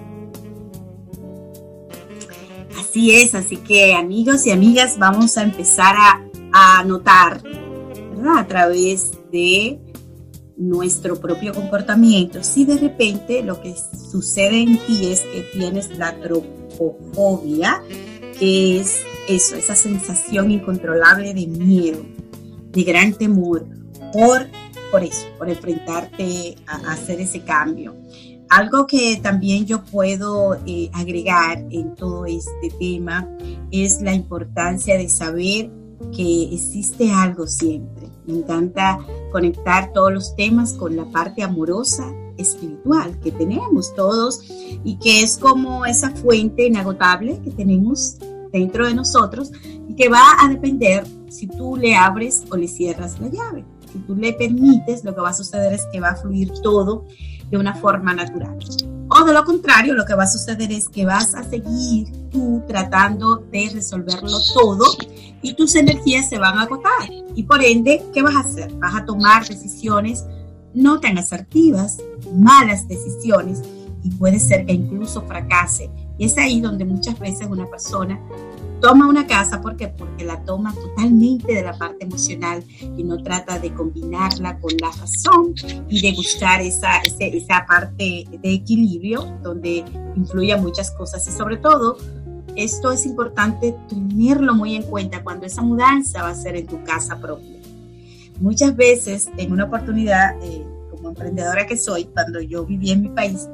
Así es, así que amigos y amigas, vamos a empezar a, a notar, ¿verdad?, a través de nuestro propio comportamiento, si de repente lo que sucede en ti es que tienes la tropofobia, que es eso, esa sensación incontrolable de miedo, de gran temor, por, por eso, por enfrentarte a, a hacer ese cambio. Algo que también yo puedo eh, agregar en todo este tema es la importancia de saber que existe algo siempre. Me encanta conectar todos los temas con la parte amorosa, espiritual que tenemos todos, y que es como esa fuente inagotable que tenemos dentro de nosotros y que va a depender si tú le abres o le cierras la llave. si tú le permites, lo que va a suceder es que va a fluir todo de una forma natural. O de lo contrario, lo que va a suceder es que vas a seguir tú tratando de resolverlo todo y tus energías se van a agotar. Y por ende, ¿qué vas a hacer? Vas a tomar decisiones no tan asertivas, malas decisiones, y puede ser que incluso fracase. Y es ahí donde muchas veces una persona toma una casa, ¿por qué? Porque la toma totalmente de la parte emocional y no trata de combinarla con la razón y de buscar esa, esa, esa parte de equilibrio donde influyen muchas cosas. Y sobre todo, esto es importante tenerlo muy en cuenta cuando esa mudanza va a ser en tu casa propia. Muchas veces, en una oportunidad, eh, como emprendedora que soy, cuando yo viví en mi país,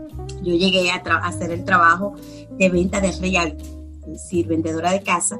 yo llegué a, tra- a hacer el trabajo de venta de realty, es decir, vendedora de casa.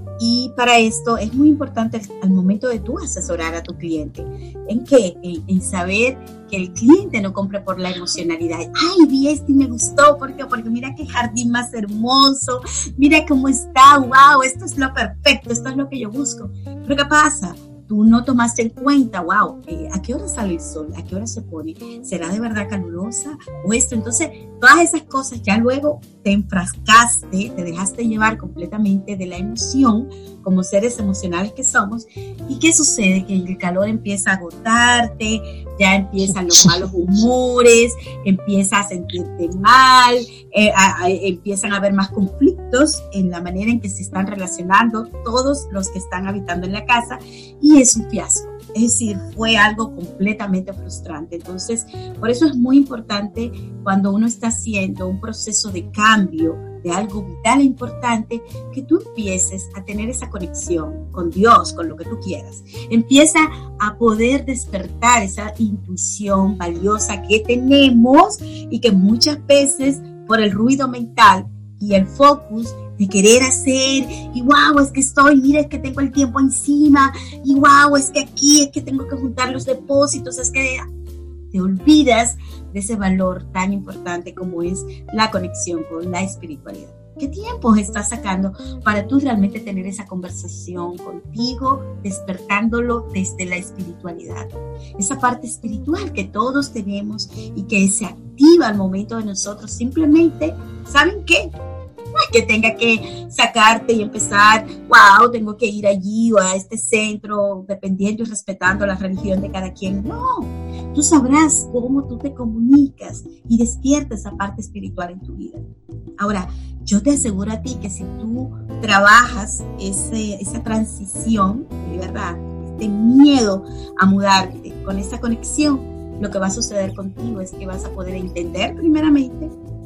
Y para esto es muy importante al momento de tú asesorar a tu cliente. ¿En qué? En, en saber que el cliente no compre por la emocionalidad. Ay, vi este y me gustó. ¿Por qué? Porque mira qué jardín más hermoso. Mira cómo está. Wow, esto es lo perfecto. Esto es lo que yo busco. Pero ¿qué pasa? Tú no tomaste en cuenta, wow, eh, ¿a qué hora sale el sol? ¿A qué hora se pone? ¿Será de verdad calurosa? ¿O esto? Entonces, todas esas cosas ya luego te enfrascaste, te dejaste llevar completamente de la emoción, como seres emocionales que somos. ¿Y qué sucede? Que el calor empieza a agotarte, ya empiezan los malos humores, empiezas a sentirte mal, eh, a, a, empiezan a haber más conflictos en la manera en que se están relacionando todos los que están habitando en la casa, y es un fiasco. Es decir, fue algo completamente frustrante. Entonces, por eso es muy importante cuando uno está haciendo un proceso de cambio de algo vital e importante, que tú empieces a tener esa conexión con Dios, con lo que tú quieras. Empieza a poder despertar esa intuición valiosa que tenemos y que muchas veces por el ruido mental y el focus de querer hacer, y wow, es que estoy, mira, es que tengo el tiempo encima, y wow, es que aquí es que tengo que juntar los depósitos, es que te olvidas de ese valor tan importante como es la conexión con la espiritualidad. ¿Qué tiempo estás sacando para tú realmente tener esa conversación contigo, despertándolo desde la espiritualidad? Esa parte espiritual que todos tenemos y que se activa al momento de nosotros simplemente, ¿saben qué? No es que tenga que sacarte y empezar, wow, tengo que ir allí o a este centro, dependiendo y respetando la religión de cada quien. No, tú sabrás cómo tú te comunicas y despiertas esa parte espiritual en tu vida. Ahora, yo te aseguro a ti que si tú trabajas ese, esa transición, de verdad, este miedo a mudarte con esa conexión, lo que va a suceder contigo es que vas a poder entender primeramente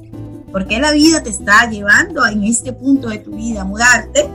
por qué la vida te está llevando en este punto de tu vida a mudarte,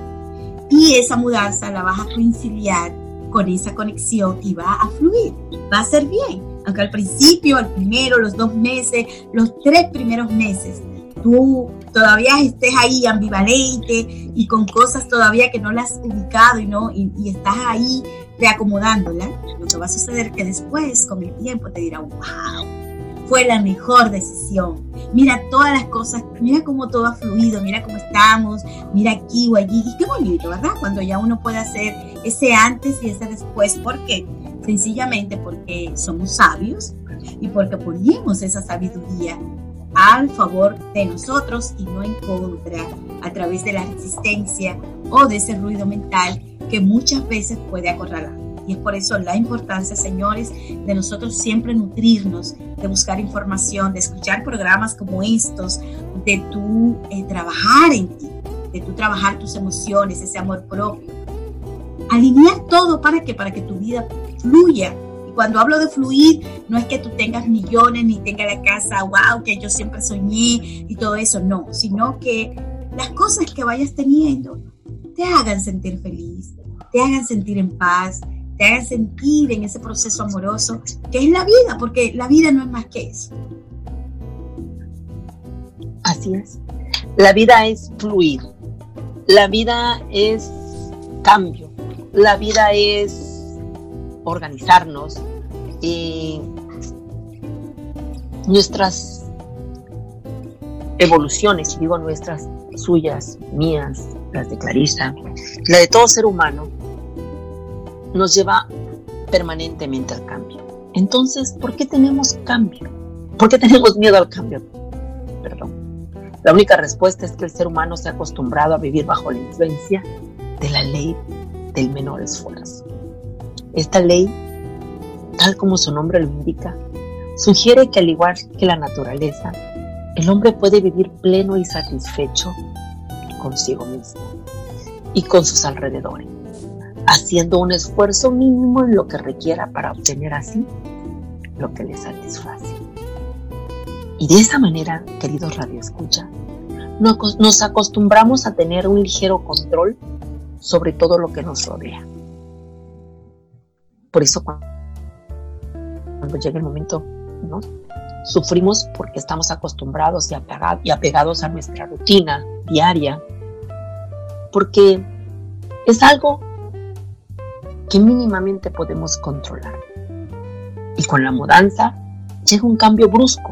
y esa mudanza la vas a conciliar con esa conexión y va a fluir, va a ser bien. Aunque al principio, al primero, los dos meses, los tres primeros meses, tú todavía estés ahí ambivalente y con cosas todavía que no las has ubicado y, no, y, y estás ahí reacomodándola, lo que va a suceder es que después, con el tiempo, te dirá, wow, fue la mejor decisión. Mira todas las cosas, mira cómo todo ha fluido, mira cómo estamos, mira aquí o allí. Y qué bonito, ¿verdad? Cuando ya uno puede hacer ese antes y ese después. ¿Por qué? Sencillamente porque somos sabios y porque ponemos esa sabiduría al favor de nosotros y no en contra, a través de la resistencia o de ese ruido mental que muchas veces puede acorralar. Y es por eso la importancia, señores, de nosotros siempre nutrirnos, de buscar información, de escuchar programas como estos, de tú eh, trabajar en ti, de tú trabajar tus emociones, ese amor propio. Alinear todo, ¿para qué? Para que tu vida fluya. Y cuando hablo de fluir, no es que tú tengas millones ni tengas la casa, wow, que yo siempre soñé y todo eso, no, sino que las cosas que vayas teniendo te hagan sentir feliz, te hagan sentir en paz, te hagan sentir en ese proceso amoroso que es la vida, porque la vida no es más que eso. Así es. La vida es fluir. La vida es cambio. La vida es organizarnos. Y nuestras evoluciones, y digo nuestras, suyas, mías, las de Clarisa, la de todo ser humano, nos lleva permanentemente al cambio. Entonces, ¿por qué tenemos cambio? ¿Por qué tenemos miedo al cambio? Perdón. La única respuesta es que el ser humano se ha acostumbrado a vivir bajo la influencia de la ley del menor esfuerzo. Esta ley, tal como su nombre lo indica, sugiere que al igual que la naturaleza, el hombre puede vivir pleno y satisfecho consigo mismo y con sus alrededores, haciendo un esfuerzo mínimo en lo que requiera para obtener así lo que le satisface. Y de esa manera, queridos radioescucha, nos acostumbramos a tener un ligero control sobre todo lo que nos rodea. Por eso cuando, cuando llega el momento, ¿no?, sufrimos porque estamos acostumbrados y, apegad, y apegados a nuestra rutina diaria, porque es algo que mínimamente podemos controlar. Y con la mudanza llega un cambio brusco,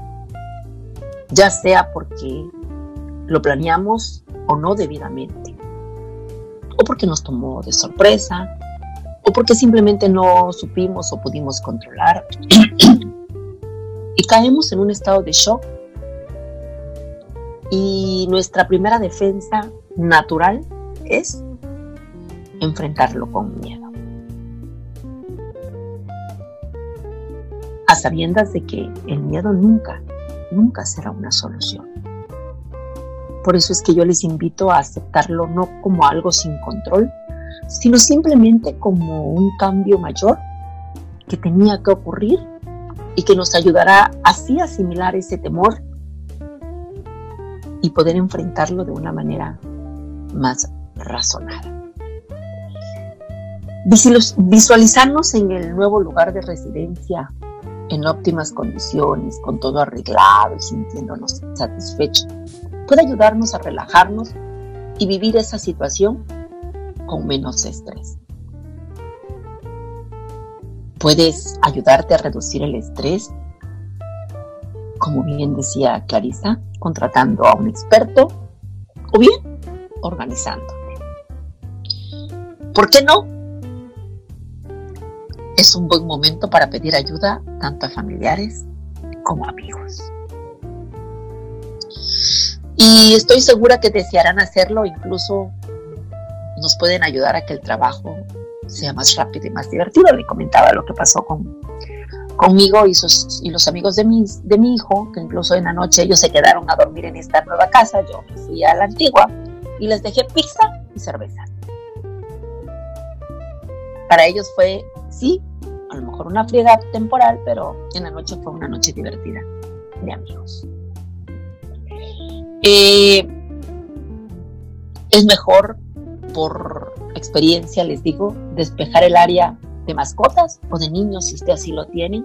ya sea porque lo planeamos o no debidamente, o porque nos tomó de sorpresa, o porque simplemente no supimos o pudimos controlar y caemos en un estado de shock, y nuestra primera defensa natural es enfrentarlo con miedo, a sabiendas de que el miedo nunca, nunca será una solución. Por eso es que yo les invito a aceptarlo no como algo sin control, sino simplemente como un cambio mayor que tenía que ocurrir y que nos ayudará así a asimilar ese temor y poder enfrentarlo de una manera más razonada. Visualizarnos en el nuevo lugar de residencia en óptimas condiciones, con todo arreglado y sintiéndonos satisfechos, puede ayudarnos a relajarnos y vivir esa situación con menos estrés. Puedes ayudarte a reducir el estrés, como bien decía Clarisa, contratando a un experto o bien organizándote. ¿Por qué no? Es un buen momento para pedir ayuda tanto a familiares como a amigos. Y estoy segura que desearán hacerlo, incluso nos pueden ayudar a que el trabajo sea más rápido y más divertido. Le comentaba lo que pasó con, conmigo y, sus, y los amigos de mi, de mi hijo, que incluso en la noche ellos se quedaron a dormir en esta nueva casa. Yo me fui a la antigua y les dejé pizza y cerveza. Para ellos fue, sí, a lo mejor una friega temporal, pero en la noche fue una noche divertida de amigos. Eh, es mejor, por experiencia les digo, despejar el área de mascotas o de niños, si usted así lo tiene,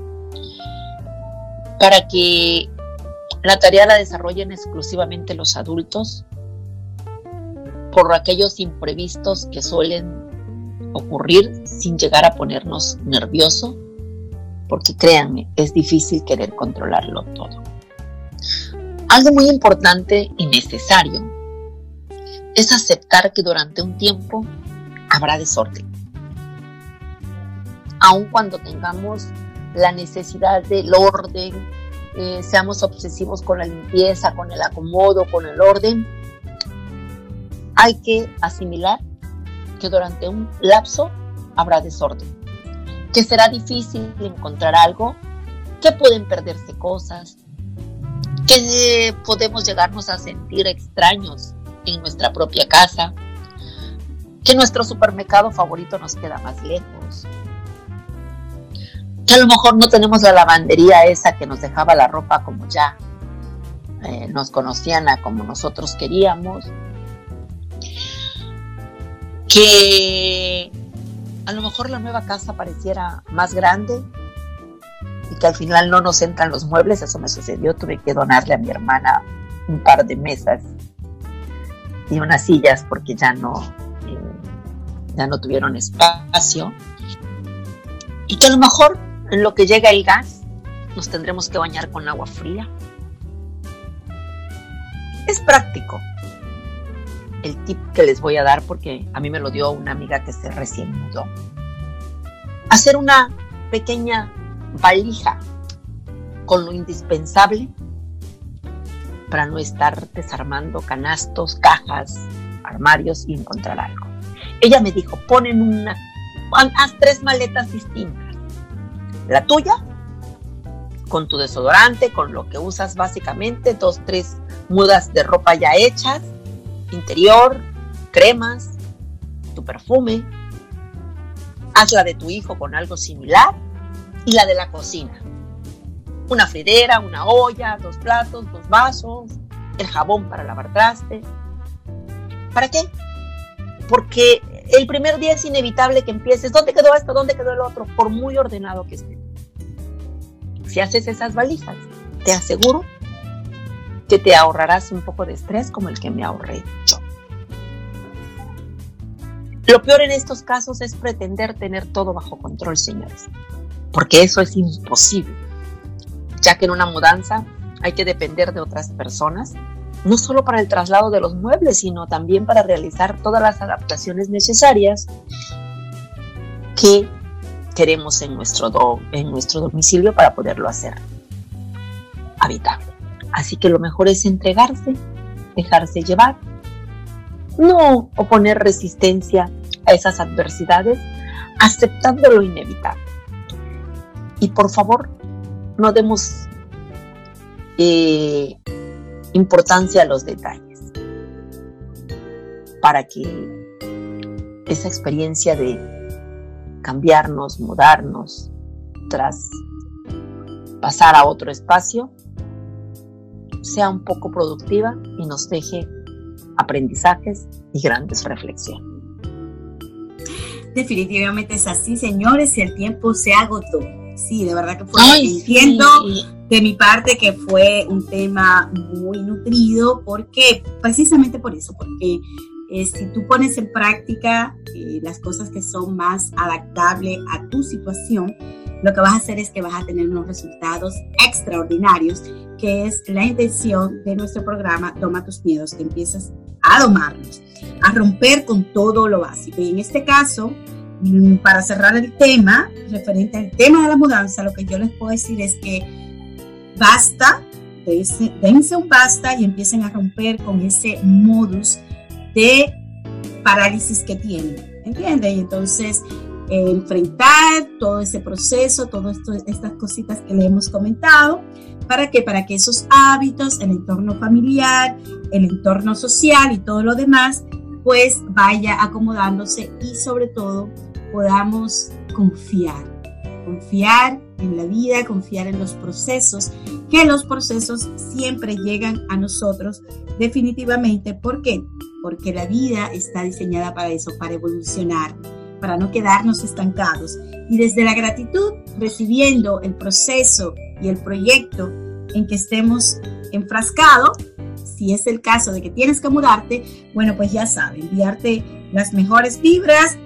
para que la tarea la desarrollen exclusivamente los adultos, por aquellos imprevistos que suelen ocurrir sin llegar a ponernos nerviosos, porque créanme, es difícil querer controlarlo todo. Algo muy importante y necesario es aceptar que durante un tiempo habrá desorden. Aun cuando tengamos la necesidad del orden, eh, seamos obsesivos con la limpieza, con el acomodo, con el orden, hay que asimilar que durante un lapso habrá desorden, que será difícil encontrar algo, que pueden perderse cosas, que podemos llegarnos a sentir extraños en nuestra propia casa, que nuestro supermercado favorito nos queda más lejos, que a lo mejor no tenemos la lavandería esa que nos dejaba la ropa como ya eh, nos conocían, a como nosotros queríamos, que a lo mejor la nueva casa pareciera más grande y que al final no nos entran los muebles. Eso me sucedió, tuve que donarle a mi hermana un par de mesas y unas sillas porque ya no, eh, ya no tuvieron espacio, y que a lo mejor en lo que llega el gas nos tendremos que bañar con agua fría. Es práctico el tip que les voy a dar, porque a mí me lo dio una amiga que se recién mudó. hacer una pequeña valija con lo indispensable para no estar desarmando canastos, cajas, armarios y encontrar algo. Ella me dijo, pon en una, haz tres maletas distintas. La tuya, con tu desodorante, con lo que usas básicamente, dos, tres mudas de ropa ya hechas, interior, cremas, tu perfume. Haz la de tu hijo con algo similar y la de la cocina. Una fridera, una olla, dos platos, dos vasos, el jabón para lavar trastes. ¿Para qué? Porque el primer día es inevitable que empieces, ¿dónde quedó esto? ¿Dónde quedó el otro? Por muy ordenado que esté. Si haces esas valijas, te aseguro que te ahorrarás un poco de estrés como el que me ahorré yo. Lo peor en estos casos es pretender tener todo bajo control, señores, porque eso es imposible, ya que en una mudanza hay que depender de otras personas, no solo para el traslado de los muebles, sino también para realizar todas las adaptaciones necesarias que queremos en nuestro, do, en nuestro domicilio para poderlo hacer habitable. Así que lo mejor es entregarse, dejarse llevar, no oponer resistencia a esas adversidades, aceptando lo inevitable. Y por favor, no demos eh, importancia a los detalles, para que esa experiencia de cambiarnos, mudarnos, tras pasar a otro espacio, sea un poco productiva y nos deje aprendizajes y grandes reflexiones. Definitivamente es así, señores, y el tiempo se agotó. Sí, de verdad que fue. Ay, entiendo sí. De mi parte que fue un tema muy nutrido, porque precisamente por eso, porque eh, si tú pones en práctica eh, las cosas que son más adaptables a tu situación, lo que vas a hacer es que vas a tener unos resultados extraordinarios, que es la intención de nuestro programa Doma tus miedos, que empiezas a domarlos, a romper con todo lo básico. Y en este caso, para cerrar el tema, referente al tema de la mudanza, lo que yo les puedo decir es que basta, dense, dense un basta y empiecen a romper con ese modus de parálisis que tienen, ¿entienden? Y entonces eh, enfrentar todo ese proceso, todas estas cositas que le hemos comentado, ¿para qué? Para que esos hábitos, el entorno familiar, el entorno social y todo lo demás, pues vaya acomodándose y sobre todo podamos confiar, confiar en la vida, confiar en los procesos, que los procesos siempre llegan a nosotros definitivamente. ¿Por qué? Porque la vida está diseñada para eso, para evolucionar, para no quedarnos estancados. Y desde la gratitud, recibiendo el proceso y el proyecto en que estemos enfrascados, si es el caso de que tienes que mudarte, bueno, pues ya sabes, enviarte las mejores vibras,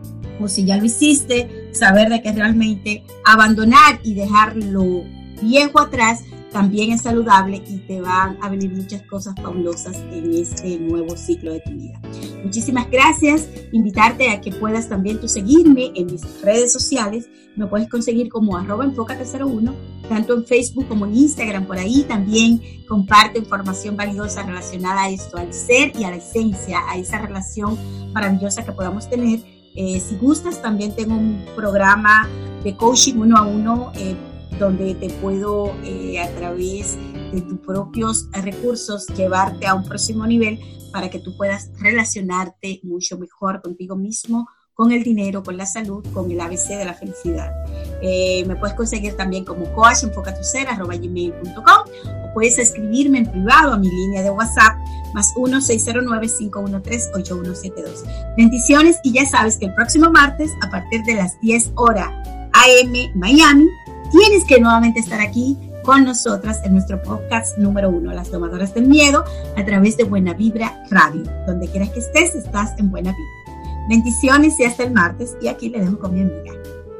o si ya lo hiciste, saber de que realmente abandonar y dejar lo viejo atrás también es saludable y te van a venir muchas cosas fabulosas en este nuevo ciclo de tu vida. Muchísimas gracias. Invitarte a que puedas también tú seguirme en mis redes sociales. Me puedes conseguir como arroba enfócate cero uno, tanto en Facebook como en Instagram. Por ahí también comparto información valiosa relacionada a esto, al ser y a la esencia, a esa relación maravillosa que podamos tener. Eh, si gustas, también tengo un programa de coaching uno a uno eh, donde te puedo eh, a través de tus propios recursos llevarte a un próximo nivel para que tú puedas relacionarte mucho mejor contigo mismo, con el dinero, con la salud, con el A B C de la felicidad. Eh, me puedes conseguir también como coach enfocatuser arroba gmail punto com, o puedes escribirme en privado a mi línea de WhatsApp más uno seis cero nueve cinco uno tres ocho uno siete dos. Bendiciones, y ya sabes que el próximo martes a partir de las diez horas A M Miami tienes que nuevamente estar aquí con nosotras en nuestro podcast número uno, Las Domadoras del Miedo, a través de Buena Vibra Radio. Donde quieras que estés, estás en Buena Vibra. Bendiciones y hasta el martes. Y aquí le dejo con mi amiga.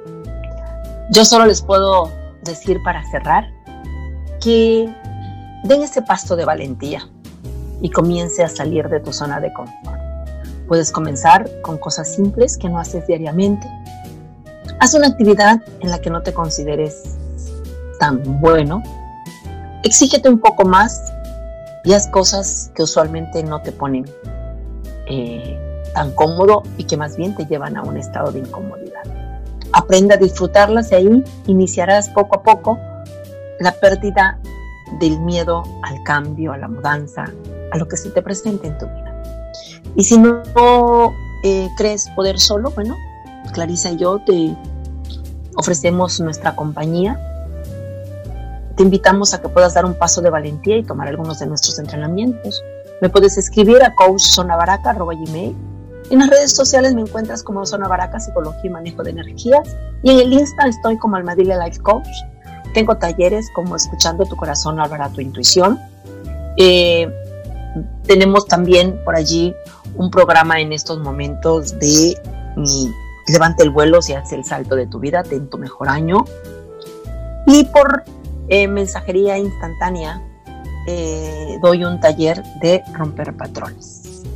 Yo solo les puedo decir para cerrar que den ese paso de valentía y comience a salir de tu zona de confort. Puedes comenzar con cosas simples que no haces diariamente, Haz una actividad en la que no te consideres tan bueno. Exígete un poco más y haz cosas que usualmente no te ponen eh, tan cómodo y que más bien te llevan a un estado de incomodidad. Aprende a disfrutarlas y ahí iniciarás poco a poco la pérdida del miedo al cambio, a la mudanza, a lo que se te presente en tu vida. Y si no eh, crees poder solo, bueno, Clarisa y yo te ofrecemos nuestra compañía. Te invitamos a que puedas dar un paso de valentía y tomar algunos de nuestros entrenamientos. Me puedes escribir a coach zona baraca arroba gmail. En las redes sociales me encuentras como Zona Baraca, Psicología y Manejo de Energías. Y en el Insta estoy como Almadile Life Coach. Tengo talleres como Escuchando tu Corazón, Hablar a tu Intuición. Eh, tenemos también por allí un programa en estos momentos de mi Levanta el vuelo si hace el salto de tu vida, ten tu mejor año. Y por eh, mensajería instantánea eh, doy un taller de romper patrones.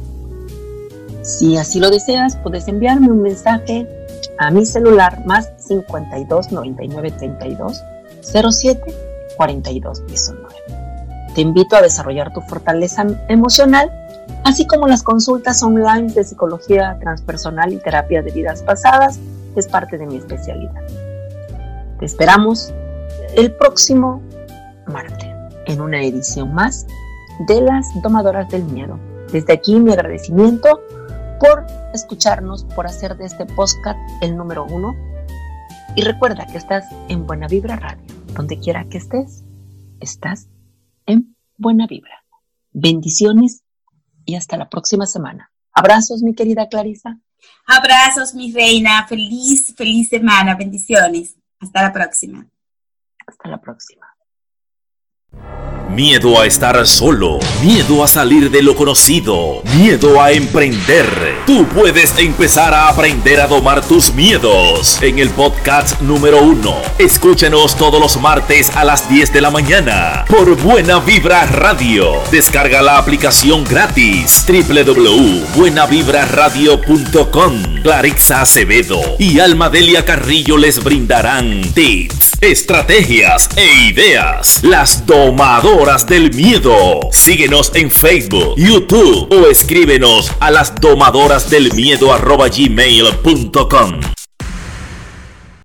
Si así lo deseas, puedes enviarme un mensaje a mi celular más cincuenta y dos, noventa y nueve, treinta y dos, cero siete, cuarenta y dos, diecinueve. Te invito a desarrollar tu fortaleza emocional, así como las consultas online de psicología transpersonal y terapia de vidas pasadas, que es parte de mi especialidad. Te esperamos el próximo martes en una edición más de Las Domadoras del Miedo. Desde aquí mi agradecimiento por escucharnos, por hacer de este podcast el número uno. Y recuerda que estás en Buena Vibra Radio. Donde quiera que estés, estás en Buena Vibra. Bendiciones y hasta la próxima semana. Abrazos, mi querida Clarisa. Abrazos, mi reina. Feliz, feliz semana. Bendiciones. Hasta la próxima. Hasta la próxima. Miedo a estar solo, miedo a salir de lo conocido, miedo a emprender. Tú puedes empezar a aprender a domar tus miedos en el podcast número uno. Escúchanos todos los martes a las diez de la mañana por Buena Vibra Radio. Descarga la aplicación gratis doble u doble u doble u punto buena vibra radio punto com. Clarissa Acevedo y Almadelia Carrillo les brindarán tips, estrategias e ideas. Las Domadoras del Miedo. Síguenos en Facebook, YouTube o escríbenos a las domadoras del miedo arroba gmail punto com.